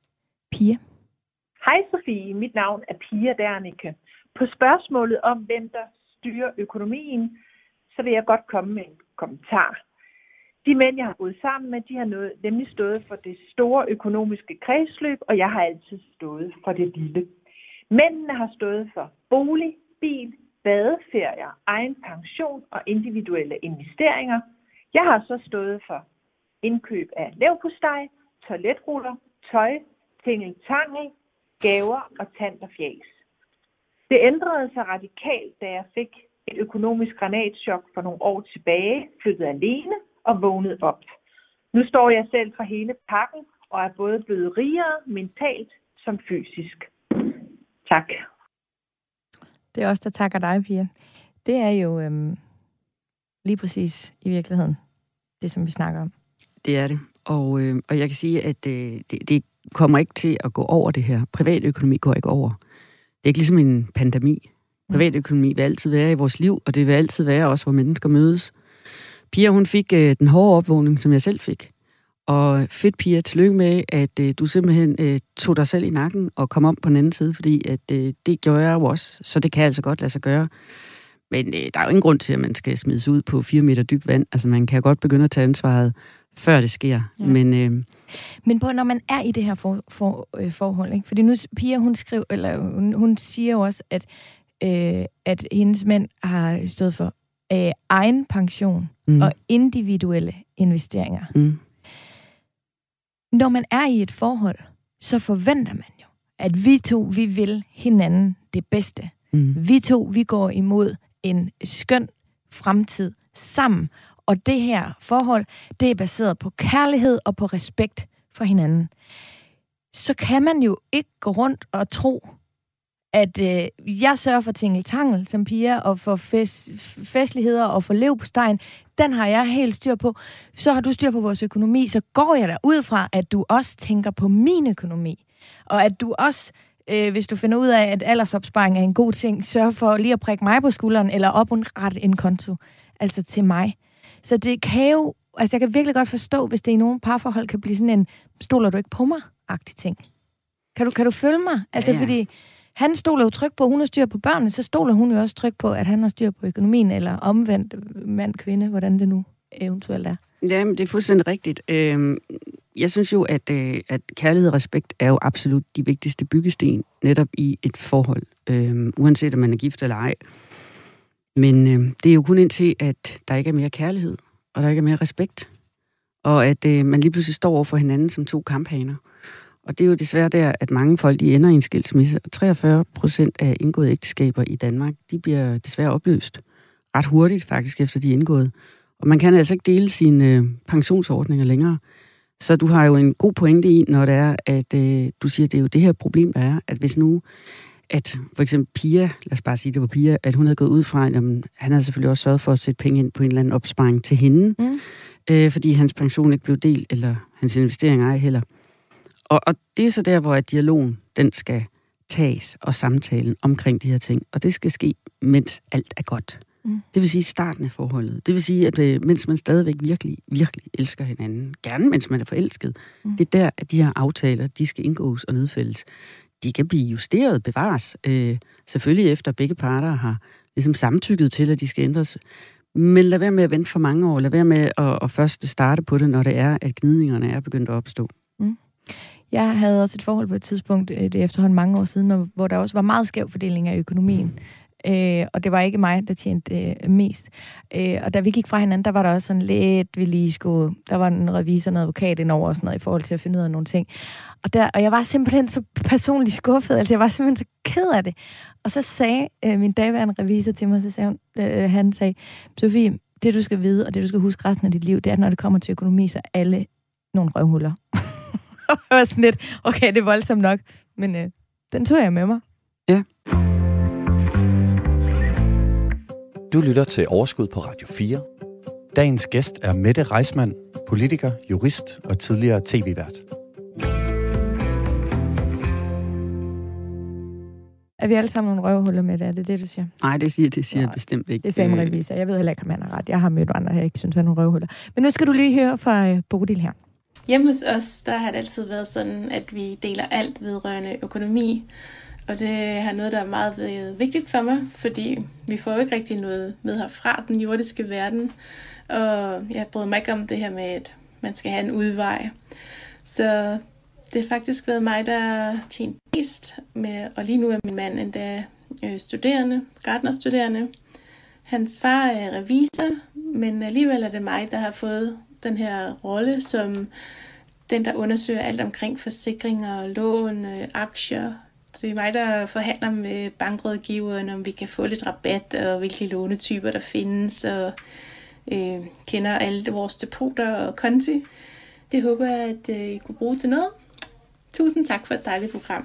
Pia. Hej Sofie, mit navn er Pia Dernicke. På spørgsmålet om, hvem der styrer økonomien, så vil jeg godt komme med en kommentar. De mænd, jeg har boet sammen med, de har noget, nemlig stået for det store økonomiske kredsløb, og jeg har altid stået for det lille. Mændene har stået for bolig, bil, badeferier, egen pension og individuelle investeringer. Jeg har så stået for indkøb af leverpostej, toiletruller, tøj, tingeltangel, gaver og tant og fjæs. Det ændrede sig radikalt, da jeg fik et økonomisk granatschok for nogle år tilbage, flyttede alene og vågnede op. Nu står jeg selv for hele pakken og er både blevet rigere mentalt som fysisk. Tak. Det er også der takker dig, Pia. Det er jo øhm, lige præcis i virkeligheden det, som vi snakker om. Det er det. Og, øh, og jeg kan sige, at øh, det, det kommer ikke til at gå over det her. Privatøkonomi går ikke over. Det er ikke ligesom en pandemi. Privatøkonomi vil altid være i vores liv, og det vil altid være også, hvor mennesker mødes. Pia, hun fik øh, den hårde opvågning, som jeg selv fik. Og fedt, Pia, tillykke med, at øh, du simpelthen øh, tog dig selv i nakken og kom om på den anden side, fordi at, øh, det gjorde jeg jo også, så det kan altså godt lade sig gøre. Men øh, der er jo ingen grund til, at man skal smides ud på fire meter dybt vand. Altså, man kan godt begynde at tage ansvaret, før det sker. Ja. Men, øh, Men på, når man er i det her for, for, øh, forhold, ikke? Fordi nu, Pia, hun, skriver, eller, hun, hun siger jo også, at, øh, at hendes mænd har stået for øh, egen pension mm. og individuelle investeringer. Mm. Når man er i et forhold, så forventer man jo, at vi to, vi vil hinanden det bedste. Mm. Vi to, vi går imod en skøn fremtid sammen. Og det her forhold, det er baseret på kærlighed og på respekt for hinanden. Så kan man jo ikke gå rundt og tro, at øh, jeg sørger for tingeltangel som piger, og for fest, festligheder og for leverpostejen. Den har jeg helt styr på. Så har du styr på vores økonomi, så går jeg der ud fra, at du også tænker på min økonomi. Og at du også, øh, hvis du finder ud af, at aldersopsparing er en god ting, sørger for lige at prikke mig på skulderen, eller oprette en konto. Altså til mig. Så det kan jo, altså jeg kan virkelig godt forstå, hvis det i nogle parforhold kan blive sådan en, stoler du ikke på mig-agtig ting. Kan du, kan du følge mig? Altså ja, ja. Fordi han stoler jo tryk på, at hun har styr på børnene, så stoler hun jo også tryk på, at han har styr på økonomien, eller omvendt mand-kvinde, hvordan det nu eventuelt er. Ja, men det er fuldstændig rigtigt. Jeg synes jo, at, at kærlighed og respekt er jo absolut de vigtigste byggesten netop i et forhold, uanset om man er gift eller ej. Men det er jo kun indtil, at der ikke er mere kærlighed, og der ikke er mere respekt, og at man lige pludselig står over for hinanden som to kamphaner. Og det er jo desværre der, at mange folk de ender i en skilsmisse, og treogfyrre procent af indgåede ægteskaber i Danmark, de bliver desværre opløst ret hurtigt faktisk, efter de er indgået. Og man kan altså ikke dele sine øh, pensionsordninger længere. Så du har jo en god pointe i, når det er, at øh, du siger, at det er jo det her problem, der er, at hvis nu, at for eksempel Pia, lad os bare sige, det var Pia, at hun havde gået ud fra, at jamen, han havde selvfølgelig også sørget for at sætte penge ind på en eller anden opsparing til hende, mm. øh, fordi hans pension ikke blev delt, eller hans investeringer ej heller. Og, og det er så der, hvor at dialogen, den skal tages, og samtalen omkring de her ting. Og det skal ske, mens alt er godt. Mm. Det vil sige starten af forholdet. Det vil sige, at øh, mens man stadigvæk virkelig, virkelig elsker hinanden, gerne mens man er forelsket, mm. det er der, at de her aftaler, de skal indgås og nedfældes. De kan blive justeret, bevares, øh, selvfølgelig efter begge parter har ligesom samtykket til, at de skal ændres. Men lad være med at vente for mange år. Lad være med at, at først starte på det, når det er, at gnidningerne er begyndt at opstå. Mm. Jeg havde også et forhold på et tidspunkt, det er efterhånden mange år siden, hvor der også var meget skæv fordeling af økonomien. Øh, og det var ikke mig, der tjente øh, mest. Øh, og da vi gik fra hinanden, der var der også sådan lidt, vi lige skulle, der var en revisor, en advokat indover og sådan noget, i forhold til at finde ud af nogle ting. Og, der, og jeg var simpelthen så personligt skuffet, altså jeg var simpelthen så ked af det. Og så sagde øh, min daværende revisor til mig, så sagde hun, øh, han sagde, Sofie, det du skal vide, og det du skal huske resten af dit liv, det er, at når det kommer til økonomi, så er alle nogle røvhuller. Og jeg var sådan lidt, okay, det er voldsomt nok, men øh, den tog jeg med mig. Ja. Du lytter til Overskud på Radio fire. Dagens gæst er Mette Reisman, politiker, jurist og tidligere tv-vært. Er vi alle sammen nogle røvhuller med det? Er det det, du siger? Nej, det siger, det siger jeg bestemt ikke. Det sagde en revisor. Jeg ved heller ikke, om han har ret. Jeg har mødt andre, jeg ikke synes, han er nogle røvhuller. Men nu skal du lige høre fra Bodil her. Hjemme hos os, der har det altid været sådan, at vi deler alt vedrørende økonomi. Og det har noget, der er meget vigtigt for mig, fordi vi får jo ikke rigtig noget med herfra, den jordiske verden. Og jeg bryder mig ikke om det her med, at man skal have en udvej. Så det har faktisk været mig, der har tjent mest med, og lige nu er min mand endda øh, studerende, gartnerstuderende. Hans far er revisor, men alligevel er det mig, der har fået den her rolle som den, der undersøger alt omkring forsikringer, lån, øh, aktier. Det er mig, der forhandler med bankrådgiveren, om vi kan få lidt rabat, og hvilke lånetyper der findes, og øh, kender alle vores depoter og konti. Det håber jeg, at øh, I kunne bruge til noget. Tusind tak for et dejligt program.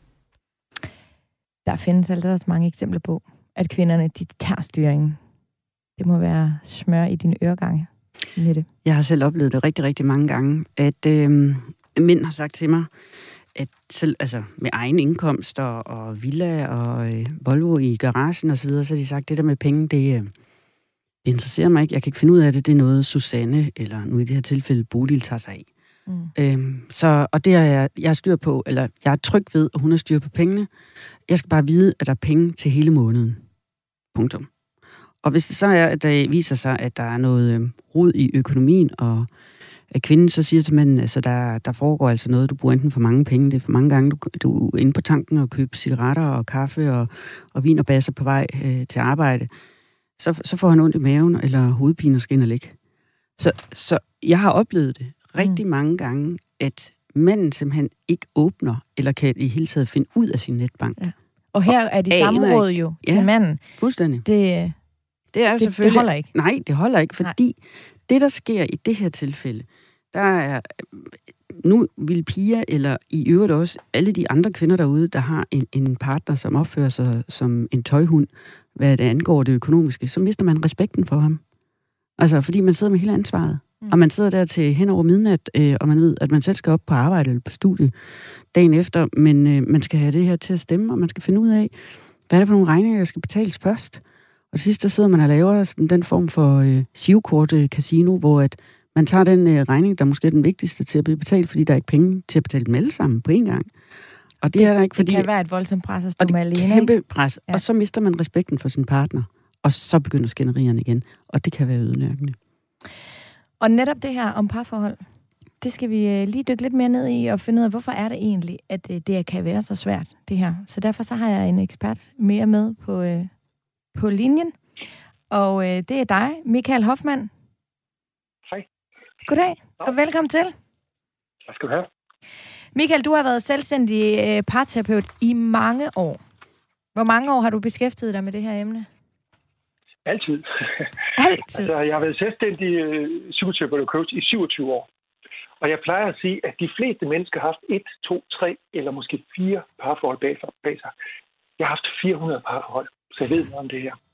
Der findes altså også mange eksempler på, at kvinderne de tager styringen. Det må være smør i dine øregange, Mette. Jeg har selv oplevet det rigtig, rigtig mange gange, at øh, mænd har sagt til mig, at selv, altså med egen indkomst og, og villa og øh, Volvo i garagen og så videre, så har de sagt, det der med penge, det, øh, det interesserer mig ikke. Jeg kan ikke finde ud af det. Det er noget, Susanne, eller nu i det her tilfælde, Bodil tager sig af. Mm. Øhm, så, og det er jeg, jeg er styr på, eller jeg er tryg ved, at hun har styr på pengene. Jeg skal bare vide, at der er penge til hele måneden. Punktum. Og hvis det så er, at der viser sig, at der er noget øh, rod i økonomien, og at kvinden så siger til manden, altså der, der foregår altså noget, du bruger enten for mange penge, det er for mange gange, du, du er inde på tanken og køber cigaretter og kaffe og, og vin og basser på vej øh, til arbejde, så, så får han ondt i maven, eller hovedpine og skal ind og ligge. Så, så jeg har oplevet det rigtig mm. mange gange, at manden simpelthen ikke åbner, eller kan i hele taget finde ud af sin netbank. Ja. Og her er de samme råd jo til ja, manden. Fuldstændig. Det, det, er det, selvfølgelig, det holder ikke. Nej, det holder ikke, fordi nej. Det, der sker i det her tilfælde, der er, nu vil piger, eller i øvrigt også alle de andre kvinder derude, der har en, en partner, som opfører sig som en tøjhund, hvad det angår det økonomiske, så mister man respekten for ham. Altså, fordi man sidder med hele ansvaret. Mm. Og man sidder der til hen over midnat, øh, og man ved, at man selv skal op på arbejde eller på studie dagen efter, men øh, man skal have det her til at stemme, og man skal finde ud af, hvad er det for nogle regninger, der skal betales først. Og til sidst, der sidder man og laver sådan, den form for øh, sivkort-casino, hvor at man tager den øh, regning, der måske er den vigtigste til at blive betalt, fordi der er ikke penge til at betale dem alle sammen på én gang. Og det, det er der ikke, fordi... Det kan være et voldsomt pres at stå med alene. Og det er kæmpe pres, ja. Og så mister man respekten for sin partner. Og så begynder skænderierne igen. Og det kan være ødelæggende. Og netop det her om parforhold, det skal vi øh, lige dykke lidt mere ned i og finde ud af, hvorfor er det egentlig, at øh, det kan være så svært, det her. Så derfor så har jeg en ekspert mere med på, øh, på linjen. Og øh, det er dig, Michael Hoffmann. Hej. Goddag, ja. Og velkommen til. Tak skal du have. Michael, du har været selvstændig øh, parterapeut i mange år. Hvor mange år har du beskæftiget dig med det her emne? Altid. Altid? Altså, jeg har været selvstændig øh, psykoterapeut og coach i syvogtyve år. Og jeg plejer at sige, at de fleste mennesker har haft et, to, tre eller måske fire parforhold bag sig. Jeg har haft fire hundrede parforhold, så jeg ved noget om det her.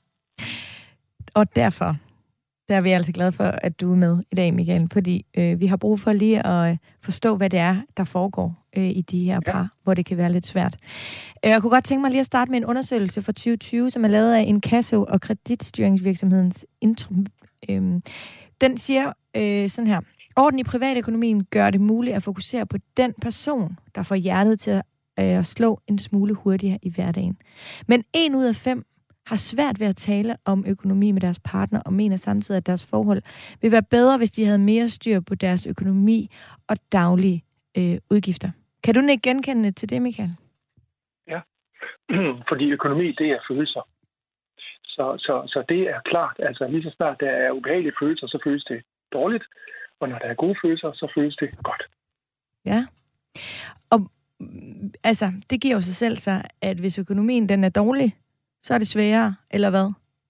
Og derfor, der er vi altså glade for, at du er med i dag, Michael, fordi øh, vi har brug for lige at øh, forstå, hvad det er, der foregår øh, i de her par, ja. Hvor det kan være lidt svært. Jeg kunne godt tænke mig lige at starte med en undersøgelse fra tyve tyve, som er lavet af Inkasso og kreditstyringsvirksomhedens Intro. Øh, den siger øh, sådan her: orden i privatøkonomien gør det muligt at fokusere på den person, der får hjertet til at, øh, at slå en smule hurtigere i hverdagen. Men en ud af fem har svært ved at tale om økonomi med deres partner, og mener samtidig, at deres forhold vil være bedre, hvis de havde mere styr på deres økonomi og daglige øh, udgifter. Kan du ikke genkende til det, Michael? Ja, fordi økonomi, det er følelser. Så, så, så det er klart, altså lige så snart der er ubehagelige følelser, så føles det dårligt, og når der er gode følelser, så føles det godt. Ja, og altså, det giver jo sig selv så, at hvis økonomien den er dårlig, så er det sværere, eller hvad?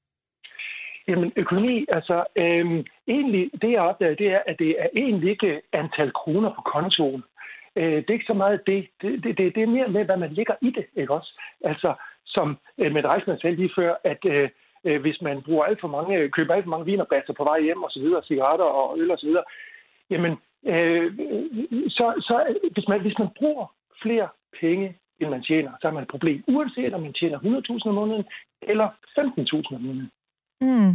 Jamen, økonomi, altså, øhm, egentlig, det jeg opdager, det er, at det er egentlig ikke antal kroner på kontoen. Øh, det er ikke så meget det. Det, det, det. det er mere med, hvad man lægger i det, ikke også? Altså, som øh, med Reisman selv lige før, at øh, øh, hvis man bruger alt for mange, køber alt for mange vinerpladser på vej hjem, og så videre, cigaretter og øl og så videre, jamen, øh, så, så hvis, man, hvis man bruger flere penge, end man tjener, så har man et problem. Uanset om man tjener hundrede tusind om måneden, eller femten tusind om måneden. Mm.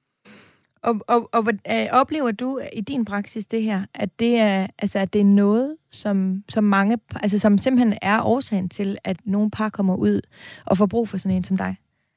Og, og, og øh, oplever du i din praksis det her, at det er, altså, at det er noget, som, som mange, altså som simpelthen er årsagen til, at nogle par kommer ud og får brug for sådan en som dig?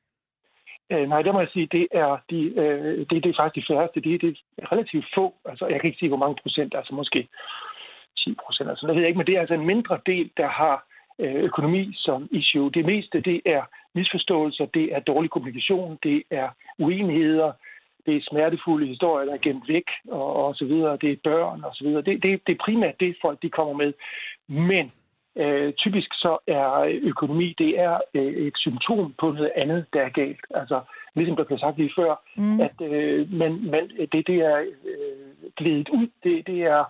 Øh, nej, det må jeg sige, det er, de, øh, det, det er faktisk de færreste. Det, det er relativt få. Altså, jeg kan ikke sige, hvor mange procent, altså måske ti procent. Altså, det ved jeg ikke, men det er altså en mindre del, der har økonomi som issue. Det meste, det er misforståelser, det er dårlig kommunikation, det er uenigheder, det er smertefulde historier, der er gemt væk, og, og så videre. Det er børn, og så videre. Det, det, det er primært det, folk de kommer med. Men øh, typisk så er økonomi, det er øh, et symptom på noget andet, der er galt. Altså, ligesom der blev sagt lige før, mm. at øh, man, man, det, det er øh, glædet ud, det, det er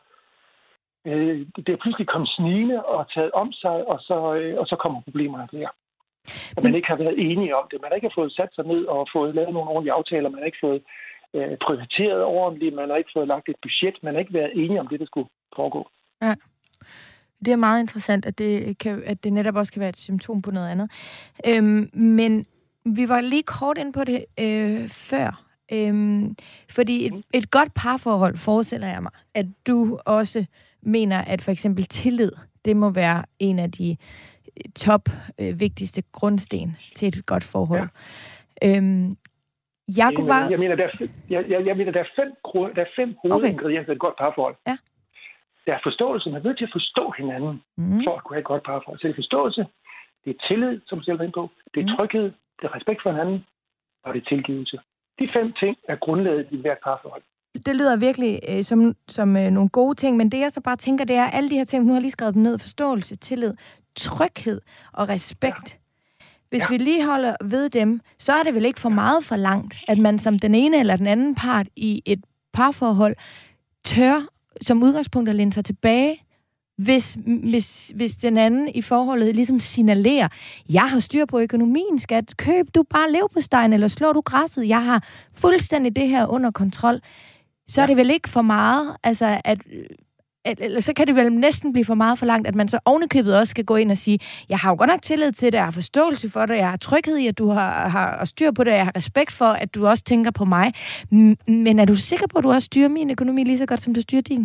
Øh, det er pludselig kommet snigende og taget om sig, og så, øh, og så kommer problemerne der. At man ikke har været enige om det. Man har ikke fået sat sig ned og fået lavet nogle ordentlige aftaler. Man har ikke fået øh, prioriteret ordentligt. Man har ikke fået lagt et budget. Man har ikke været enige om det, der skulle foregå. Ja. Det er meget interessant, at det, kan, at det netop også kan være et symptom på noget andet. Øhm, men vi var lige kort ind på det øh, før. Øhm, fordi et, et godt parforhold, forestiller jeg mig, at du også mener, at for eksempel tillid, det må være en af de top øh, vigtigste grundsten til et godt forhold. Ja. Øhm, jeg kunne bare... Jeg mener, der er, jeg, jeg, jeg mener, der er fem, der er fem hovedingredienser okay. i et godt parforhold. Ja. Der er forståelse. Man er nødt til at forstå hinanden, mm. for at kunne have et godt parforhold. Så det er forståelse, det er tillid, som du selv var inde på, det er tryghed, det er respekt for hinanden, og det er tilgivelse. De fem ting er grundlaget i hvert parforhold. Det lyder virkelig øh, som, som øh, nogle gode ting, men det jeg så bare tænker, det er alle de her ting, nu har jeg lige skrevet dem ned, forståelse, tillid, tryghed og respekt. Ja. Hvis ja. vi lige holder ved dem, så er det vel ikke for meget for langt, at man som den ene eller den anden part i et parforhold tør som udgangspunkt at læne sig tilbage, hvis, hvis, hvis den anden i forholdet ligesom signalerer, jeg har styr på økonomien, skat, køb du bare leverpostejen, eller slår du græsset, jeg har fuldstændig det her under kontrol, så ja. er det vel ikke for meget, altså at, at, eller så kan det vel næsten blive for meget for langt, at man så ovenikøbet også skal gå ind og sige, jeg har jo godt nok tillid til det, jeg har forståelse for det, jeg har tryghed i, at du har, har styr på det, jeg har respekt for, at du også tænker på mig, men er du sikker på, at du også styrer min økonomi lige så godt, som du styrer din?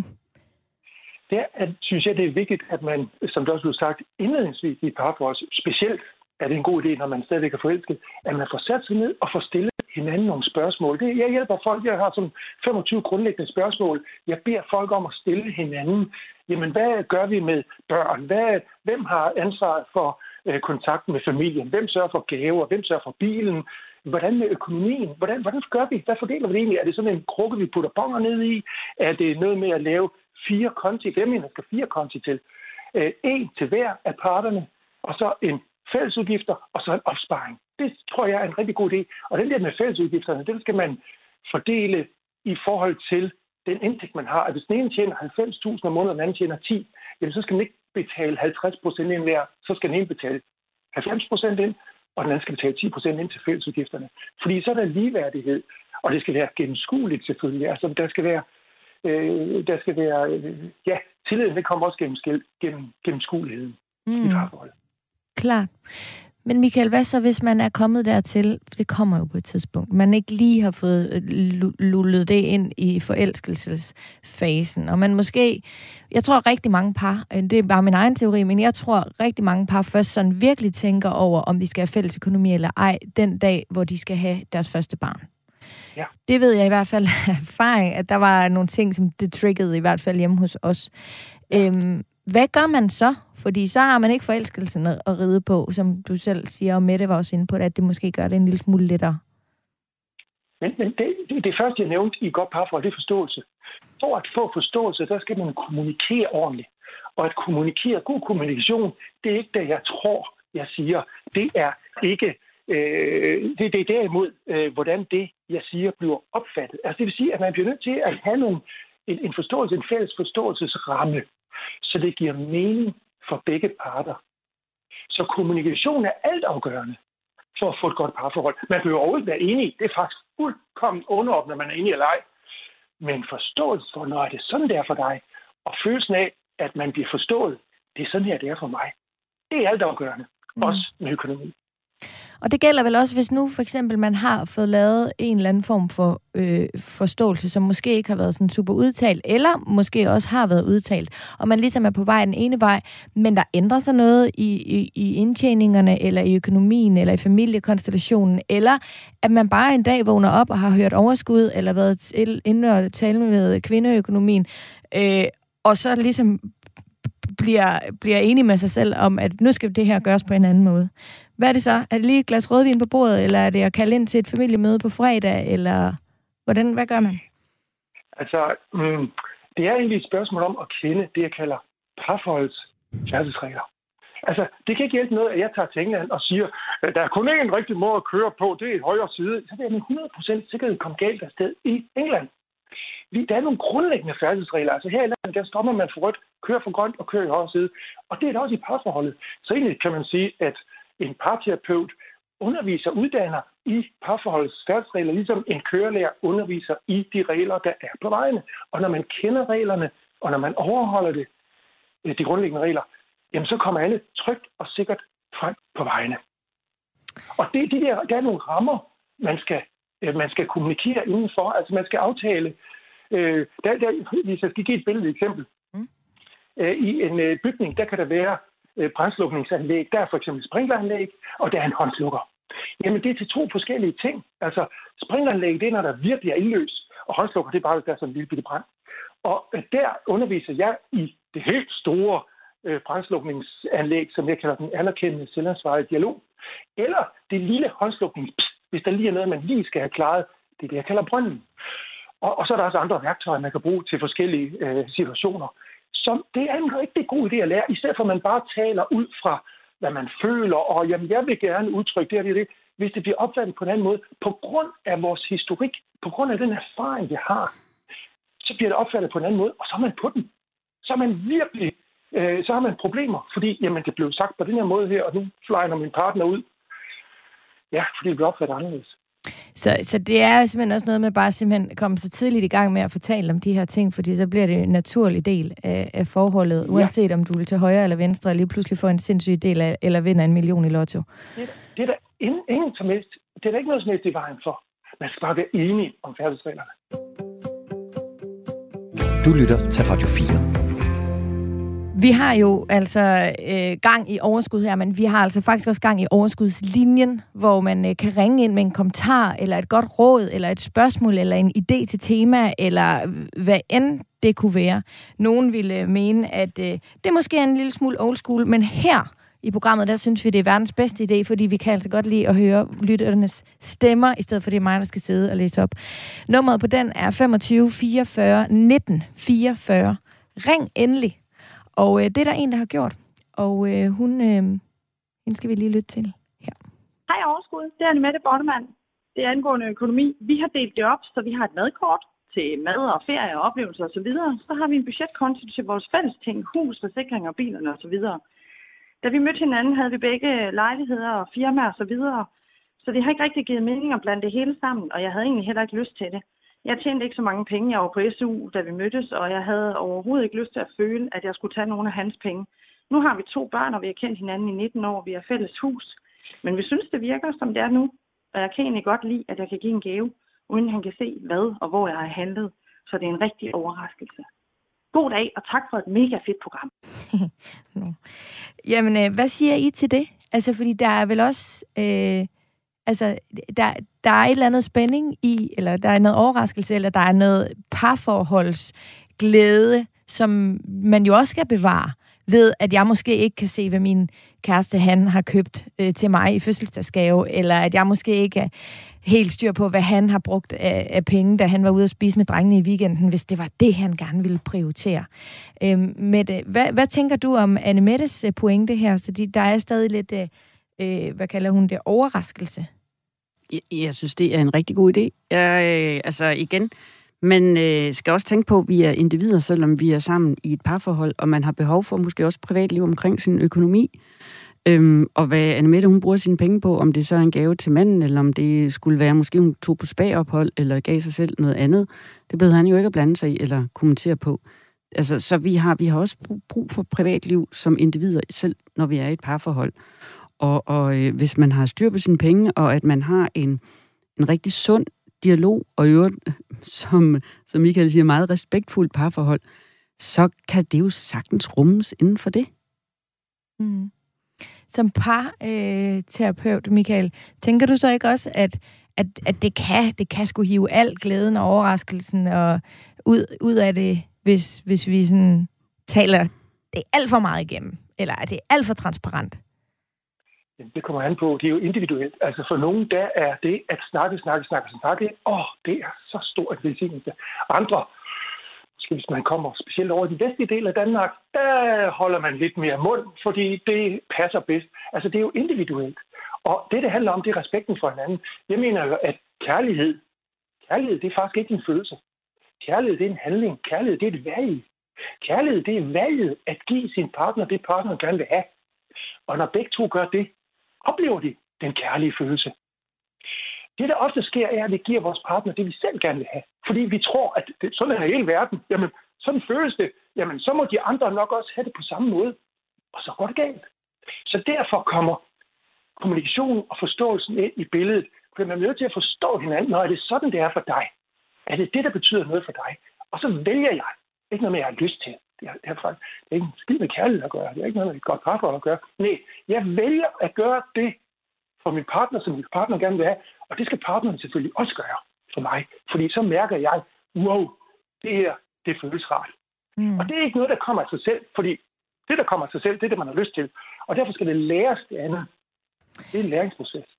Der at, synes jeg, det er vigtigt, at man, som det også blev sagt indledningsvis i parforhold, specielt er det en god idé, når man stadigvæk er forelsket, at man får sat sig ned og får stillet hinanden nogle spørgsmål. Det, jeg hjælper folk, jeg har sådan femogtyve grundlæggende spørgsmål. Jeg beder folk om at stille hinanden. Jamen, hvad gør vi med børn? Hvad, hvem har ansvaret for øh, kontakten med familien? Hvem sørger for gaver? Hvem sørger for bilen? Hvordan med økonomien? Hvordan, hvordan gør vi? Hvad fordeler vi det egentlig? Er det sådan en krukke, vi putter bonger ned i? Er det noget med at lave fire konti? Hvem mener, der skal fire konti til? Øh, en til hver af parterne, og så en fællesudgifter, og så en opsparing. Det tror jeg er en rigtig god idé. Og den der med fællesudgifterne, det skal man fordele i forhold til den indtægt, man har. At hvis den ene tjener halvfems tusind om måneden, og den anden tjener ti, jamen så skal man ikke betale halvtreds procent ind hver. Så skal den ene betale halvfems procent ind, og den anden skal betale ti procent ind til fællesudgifterne. Fordi så er der ligeværdighed, og det skal være gennemskueligt selvfølgelig. Altså der skal være, øh, der skal være, øh, ja, tilliden, det kommer også gennem, gennem gennemskueligheden mm. i parforholdet. Klart. Men Michael, hvad så, hvis man er kommet dertil, det kommer jo på et tidspunkt, man ikke lige har fået lullet det ind i forelskelsesfasen, og man måske, jeg tror rigtig mange par, det er bare min egen teori, men jeg tror rigtig mange par først sådan virkelig tænker over, om de skal have fælles økonomi eller ej, den dag, hvor de skal have deres første barn. Ja. Det ved jeg i hvert fald af erfaring, at der var nogle ting, som det triggede i hvert fald hjemme hos os. Ja. Øhm, Hvad gør man så? Fordi så har man ikke forelskelsen at ride på, som du selv siger, og Mette var også inde på det, at det måske gør det en lille smule lettere. Men, men det, det, det første, jeg nævnte i godt parforhold, det er forståelse. For at få forståelse, der skal man kommunikere ordentligt. Og at kommunikere, god kommunikation, det er ikke det, jeg tror, jeg siger. Det er ikke, øh, det, det er derimod, øh, hvordan det, jeg siger, bliver opfattet. Altså det vil sige, at man bliver nødt til at have nogle, en, en forståelse, en fælles forståelsesramme, så det giver mening for begge parter. Så kommunikation er altafgørende for at få et godt parforhold. Man behøver overhovedet være enig. Det er faktisk fuldkommen underordnet, når man er enig eller ej. Men forståelse for, når er det sådan, det er for dig, og følelsen af, at man bliver forstået, det er sådan her, det er for mig. Det er altafgørende. Mm. Også med økonomi. Og det gælder vel også, hvis nu for eksempel man har fået lavet en eller anden form for øh, forståelse, som måske ikke har været sådan super udtalt, eller måske også har været udtalt, og man ligesom er på vej den ene vej, men der ændrer sig noget i, i, i indtjeningerne, eller i økonomien, eller i familiekonstellationen, eller at man bare en dag vågner op og har hørt overskud, eller været inde og tale med kvindeøkonomien, øh, og så ligesom bliver, bliver enig med sig selv om, at nu skal det her gøres på en anden måde. Hvad er det så? Er det lige et glas rødvin på bordet, eller er det at kalde ind til et familiemøde på fredag, eller hvordan, hvad gør man? Altså, mm, det er egentlig et spørgsmål om at kende det, jeg kalder parforholdets færdselsregler. Altså, det kan ikke hjælpe noget, at jeg tager til England og siger, at der er kun én rigtig måde at køre på, det er et højre side. Så vil jeg med hundrede procent sikkerhed komme galt afsted i England. Der er nogle grundlæggende færdselsregler. Altså her i landet, der stopper man for rødt, kører for grønt og kører i højre side. Og det er da også i parforholdet. Så egentlig kan man sige, at en parterapeut underviser, uddanner i parforholdets færdselsregler, ligesom en kørelærer underviser i de regler, der er på vejene. Og når man kender reglerne, og når man overholder det, de grundlæggende regler, jamen så kommer alle trygt og sikkert frem på vejene. Og det, de der, der er nogle rammer, man skal, man skal kommunikere indenfor. Altså man skal aftale. Øh, der, der, hvis jeg skal give et billede eksempel. Mm. Øh, I en øh, bygning, der kan der være øh, brandslukningsanlæg. Der er for eksempel sprinkleranlæg, og der er en håndslukker. Jamen det er til to forskellige ting. Altså sprinkleranlæg, det er når der virkelig er indløs, og håndslukker, det er bare, hvis der er sådan en lille bitte brand. Og øh, der underviser jeg i det helt store øh, brandslukningsanlæg, som jeg kalder den anerkendende selvansvarlige dialog. Eller det lille håndsluknings, hvis der lige er noget, man lige skal have klaret Det er det, jeg kalder brønden. Og, og så er der også andre værktøjer, man kan bruge til forskellige øh, situationer. Så det er en rigtig god idé at lære, i stedet for at man bare taler ud fra, hvad man føler, og jamen, jeg vil gerne udtrykke det og det, det. Hvis det bliver opfattet på en anden måde, på grund af vores historik, på grund af den erfaring, vi har, så bliver det opfattet på en anden måde, og så er man på den. Så er man virkelig, øh, så har man problemer, fordi jamen, det blev sagt på den her måde her, og nu flyner min partner ud. Ja, fordi det bliver opfattet anderledes. Så, så det er simpelthen også noget med bare simpelthen komme så tidligt i gang med at fortælle om de her ting, fordi så bliver det en naturlig del af, af forholdet, ja. Uanset om du vil til højre eller venstre, og lige pludselig får en sindssyg del af, eller vinder en million i lotto. Det, det er der ingen, ingen som helst, det er der ikke noget som helst i vejen for. Man skal bare være enige om færdighedsreglerne. Du lytter til Radio fire. Vi har jo altså øh, gang i overskud her, men vi har altså faktisk også gang i overskudslinjen, hvor man øh, kan ringe ind med en kommentar, eller et godt råd, eller et spørgsmål, eller en idé til tema, eller hvad end det kunne være. Nogen ville øh, mene, at øh, det måske er en lille smule old school, men her i programmet, der synes vi, det er verdens bedste idé, fordi vi kan altså godt lide at høre lytternes stemmer, i stedet for det er mig, der skal sidde og læse op. Nummeret på den er femogtyve fireogfyrre nitten fireogfyrre. Ring endelig. Og øh, det er der en, der har gjort. Og øh, hun, øh, hende skal vi lige lytte til her. Hej Overskud, det er Annemette Bornemann. Det er angående økonomi. Vi har delt det op, så vi har et madkort til mad og ferie og oplevelser osv. Så har vi en budgetkonto til vores fælles ting, hus, forsikringer, bilerne osv. Da vi mødte hinanden, havde vi begge lejligheder og firmaer osv. Så, så det har ikke rigtig givet mening at blande det hele sammen, og jeg havde egentlig heller ikke lyst til det. Jeg tjente ikke så mange penge. Jeg var på S U, da vi mødtes, og jeg havde overhovedet ikke lyst til at føle, at jeg skulle tage nogle af hans penge. Nu har vi to børn, og vi har kendt hinanden i nitten år. Vi har fælles hus. Men vi synes, det virker, som det er nu. Og jeg kan egentlig godt lide, at jeg kan give en gave, uden han kan se, hvad og hvor jeg har handlet. Så det er en rigtig overraskelse. God dag, og tak for et mega fedt program. no. Jamen, øh, hvad siger I til det? Altså, fordi der er vel også... Øh Altså, der, der er et eller andet spænding i, eller der er noget overraskelse, eller der er noget parforholdsglæde, som man jo også skal bevare, ved at jeg måske ikke kan se, hvad min kæreste han har købt øh, til mig i fødselsdagsgave, eller at jeg måske ikke er helt styr på, hvad han har brugt af, af penge, da han var ude at spise med drengene i weekenden, hvis det var det, han gerne ville prioritere. Øhm, Mette, hvad, hvad tænker du om Annemettes pointe her? Så de, der er stadig lidt, øh, hvad kalder hun det, overraskelse? Jeg, jeg synes, det er en rigtig god idé. Jeg, øh, altså igen, man øh, skal også tænke på, at vi er individer, selvom vi er sammen i et parforhold, og man har behov for måske også privatliv omkring sin økonomi. Øhm, og hvad Annemette, hun bruger sine penge på, om det så er en gave til manden, eller om det skulle være, måske hun tog på spa-ophold, eller gav sig selv noget andet. Det behøver han jo ikke at blande sig i, eller kommentere på. Altså, så vi har, vi har også brug for privatliv som individer, selv når vi er i et parforhold. Og, og øh, hvis man har styr på sine penge, og at man har en, en rigtig sund dialog, og i øvrigt, som, som Michael siger, meget respektfuldt parforhold, så kan det jo sagtens rummes inden for det. Mm. Som parterapeut, øh, Michael, tænker du så ikke også, at, at, at det kan det kan sgu hive al glæden og overraskelsen og ud, ud af det, hvis, hvis vi sådan taler det er alt for meget igennem, eller er det alt for transparent? Det kommer an på, det er jo individuelt. Altså for nogen, der er det at snakke, snakke, snakke, snakke, åh, det er så stor et velsignelse. Andre, måske hvis man kommer specielt over i den vestlige del af Danmark, der holder man lidt mere mund, fordi det passer bedst. Altså det er jo individuelt. Og det, det handler om, det er respekten for hinanden. Jeg mener jo, at kærlighed, kærlighed, det er faktisk ikke en følelse. Kærlighed, det er en handling. Kærlighed, det er et valg. Kærlighed, det er valget at give sin partner det, partner gerne vil have. Og når begge to gør det, oplever de den kærlige følelse. Det, der ofte sker, er, at vi giver vores partner det, vi selv gerne vil have. Fordi vi tror, at det, sådan er hele verden. Jamen, sådan føles det. Jamen, så må de andre nok også have det på samme måde. Og så går det galt. Så derfor kommer kommunikationen og forståelsen ind i billedet. For man er nødt til at forstå hinanden, når er det sådan, det er for dig. Er det det, der betyder noget for dig? Og så vælger jeg. Ikke noget med, jeg har lyst til. Det er, det, er faktisk, det er ikke en skid med kærlighed at gøre. Det er ikke noget med et godt parforhold at gøre. Nej, jeg vælger at gøre det for min partner, som min partner gerne vil have. Og det skal partneren selvfølgelig også gøre for mig. Fordi så mærker jeg, wow, det her, det føles rart. Mm. Og det er ikke noget, der kommer af sig selv. Fordi det, der kommer af sig selv, det er det, man har lyst til. Og derfor skal det læres det andet. Det er en læringsproces.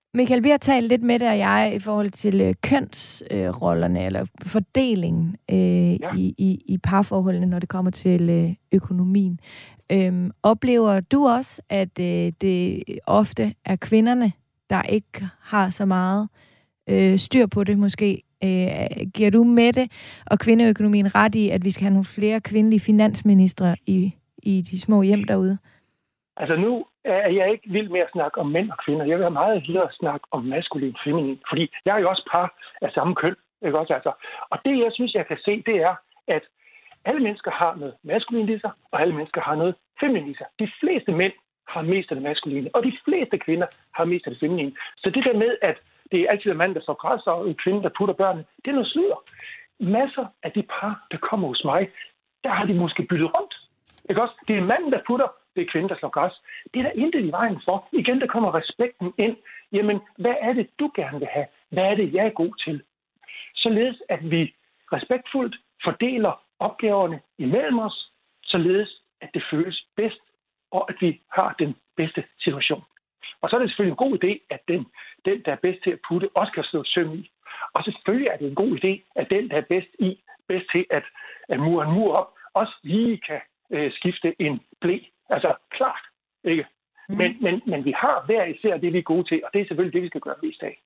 Michael, vi har talt lidt med dig og jeg i forhold til øh, kønsrollerne, øh, eller fordelingen øh, ja. i, i, i parforholdene, når det kommer til øh, økonomien. Øhm, oplever du også, at øh, det ofte er kvinderne, der ikke har så meget øh, styr på det måske? Øh, giver du Mette og kvindeøkonomien ret i, at vi skal have nogle flere kvindelige finansministre i, i de små hjem derude? Altså nu er jeg ikke vild med at snakke om mænd og kvinder. Jeg vil meget hellere snakke om maskulin og feminin, fordi jeg er jo også par af samme køn. Ikke også, altså? Og det, jeg synes, jeg kan se, det er, at alle mennesker har noget maskulin i sig, og alle mennesker har noget feminin i sig. De fleste mænd har mest af det maskuline, og de fleste kvinder har mest af det feminine. Så det der med, at det er altid en mand, der står græs, og en kvinde, der putter børnene, det er noget sludder. Masser af de par, der kommer hos mig, der har de måske byttet rundt. Ikke også? Det er manden, der putter, det er kvinden, der slår græs. Det er der intet i vejen for. Igen, der kommer respekten ind. Jamen, hvad er det, du gerne vil have? Hvad er det, jeg er god til? Således, at vi respektfuldt fordeler opgaverne imellem os, således, at det føles bedst, og at vi har den bedste situation. Og så er det selvfølgelig en god idé, at den, den der er bedst til at putte, også kan slå søm i. Og selvfølgelig er det en god idé, at den, der er bedst i, bedst til at, at mure en mur op, også lige kan øh, skifte en ble. Altså, klart, ikke? Mm. Men, men, men vi har hver især det, vi er gode til, og det er selvfølgelig det, vi skal gøre mest af.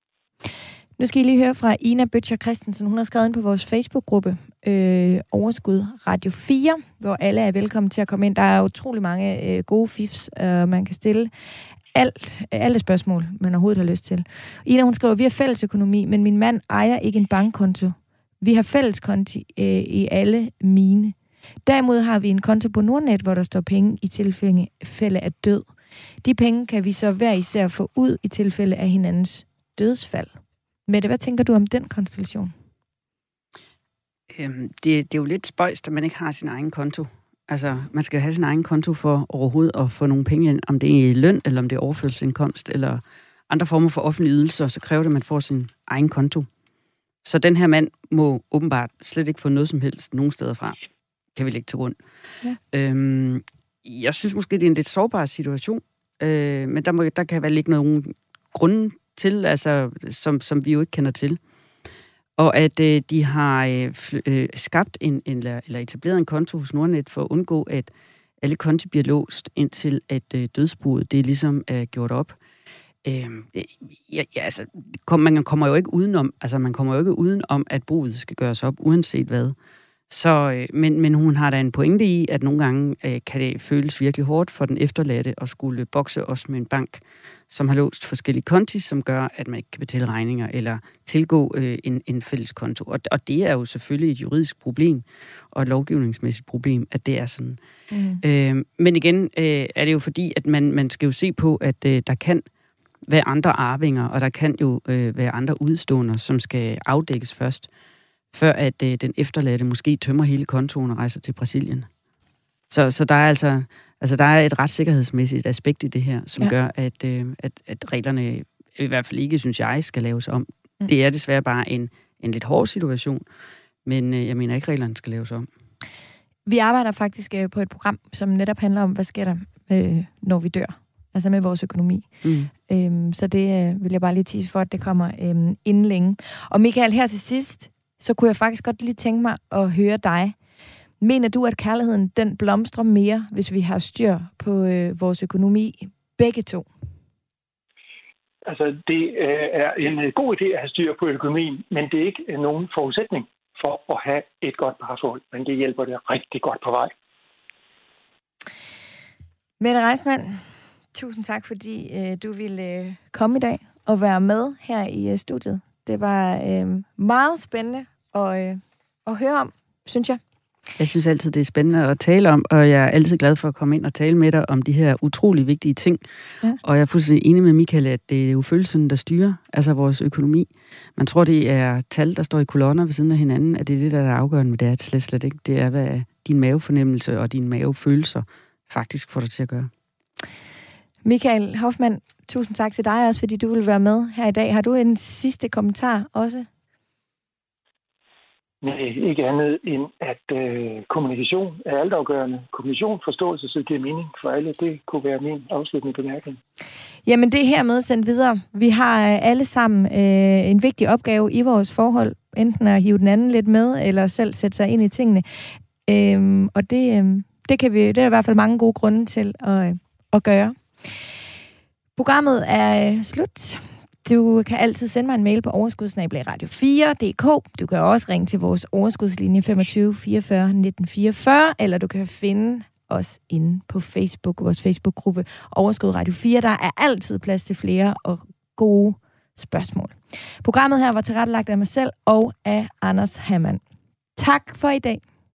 Nu skal I lige høre fra Ina Bøtcher Christensen. Hun har skrevet ind på vores Facebook-gruppe øh, Overskud Radio fire, hvor alle er velkommen til at komme ind. Der er utrolig mange øh, gode fifs, øh, man kan stille. Alt, alle spørgsmål, man overhovedet har lyst til. Ina, hun skriver, vi har fælles økonomi, men min mand ejer ikke en bankkonto. Vi har fælles konti øh, i alle mine. Derimod har vi en konto på Nordnet, hvor der står penge i tilfælde af død. De penge kan vi så hver især få ud i tilfælde af hinandens dødsfald. Mette, hvad tænker du om den konstellation? Øhm, det, det er jo lidt spøjst, at man ikke har sin egen konto. Altså, man skal have sin egen konto for overhovedet at få nogle penge ind, om det er løn, eller om det er overførselsindkomst, eller andre former for offentlige ydelser, så kræver det, at man får sin egen konto. Så den her mand må åbenbart slet ikke få noget som helst nogen steder fra. Kan vi lægge til grund. Ja. Øhm, jeg synes måske, det er en lidt sårbar situation, øh, men der, må, der kan vel ikke nogen grunde til, altså, som, som vi jo ikke kender til. Og at øh, de har øh, øh, skabt en, en, eller etableret en konto hos Nordnet for at undgå, at alle konti bliver låst, indtil at øh, dødsboet, det ligesom er gjort op. Øh, ja, ja, altså, kom, man kommer jo ikke udenom, altså man kommer jo ikke udenom, at boet skal gøres op, uanset hvad. Så, øh, men, men hun har da en pointe i, at nogle gange øh, kan det føles virkelig hårdt for den efterladte at skulle bokse os med en bank, som har låst forskellige konti, som gør, at man ikke kan betale regninger eller tilgå øh, en, en fælles konto. Og, og det er jo selvfølgelig et juridisk problem og et lovgivningsmæssigt problem, at det er sådan. Mm. Øh, men igen øh, er det jo fordi, at man, man skal jo se på, at øh, der kan være andre arvinger, og der kan jo øh, være andre udståender, som skal afdækkes først, før at øh, den efterladte måske tømmer hele kontoen og rejser til Brasilien. Så, så der er altså, altså der er et retssikkerhedsmæssigt aspekt i det her, som ja. gør, at, øh, at, at reglerne i hvert fald ikke, synes jeg, skal laves om. Mm. Det er desværre bare en, en lidt hård situation, men øh, jeg mener ikke, reglerne skal laves om. Vi arbejder faktisk øh, på et program, som netop handler om, hvad sker der, øh, når vi dør. Altså med vores økonomi. Mm. Øhm, så det øh, vil jeg bare lige tisse for, at det kommer øh, inden længe. Og Michael, her til sidst, så kunne jeg faktisk godt lige tænke mig at høre dig. Mener du, at kærligheden den blomstrer mere, hvis vi har styr på øh, vores økonomi? Begge to. Altså, det øh, er en god idé at have styr på økonomien, men det er ikke øh, nogen forudsætning for at have et godt parforhold. Men det hjælper det rigtig godt på vej. Mette Reisman, tusind tak, fordi øh, du ville øh, komme i dag og være med her i øh, studiet. Det var øh, meget spændende at, øh, at høre om, synes jeg. Jeg synes altid, det er spændende at tale om, og jeg er altid glad for at komme ind og tale med dig om de her utrolig vigtige ting. Ja. Og jeg er fuldstændig enig med Michael, at det er jo følelsen, der styrer altså vores økonomi. Man tror, det er tal, der står i kolonner ved siden af hinanden, at det er det, der er afgørende, men det er det slet, slet ikke. Det er, hvad din mavefornemmelse og dine mavefølelser faktisk får dig til at gøre. Michael Hoffmann, tusind tak til dig også, fordi du vil være med her i dag. Har du en sidste kommentar også? Nej, ikke andet end, at øh, kommunikation er altafgørende. Kommunikation, forståelse, så det giver mening for alle. Det kunne være min afsluttende bemærkning. Jamen, det er hermed sendt videre. Vi har alle sammen øh, en vigtig opgave i vores forhold. Enten at hive den anden lidt med, eller selv sætte sig ind i tingene. Øhm, og det, øh, det, kan vi, det er i hvert fald mange gode grunde til at, øh, at gøre. Programmet er øh, slut. Du kan altid sende mig en mail på overskudsnabel-a radio fire punktum d k. Du kan også ringe til vores overskudslinje femogtyve fireogfyrre nitten fireogfyrre, eller du kan finde os inde på Facebook, vores Facebook-gruppe Overskud Radio fire. Der er altid plads til flere og gode spørgsmål. Programmet her var tilrettelagt af mig selv og af Anders Hammann. Tak for i dag.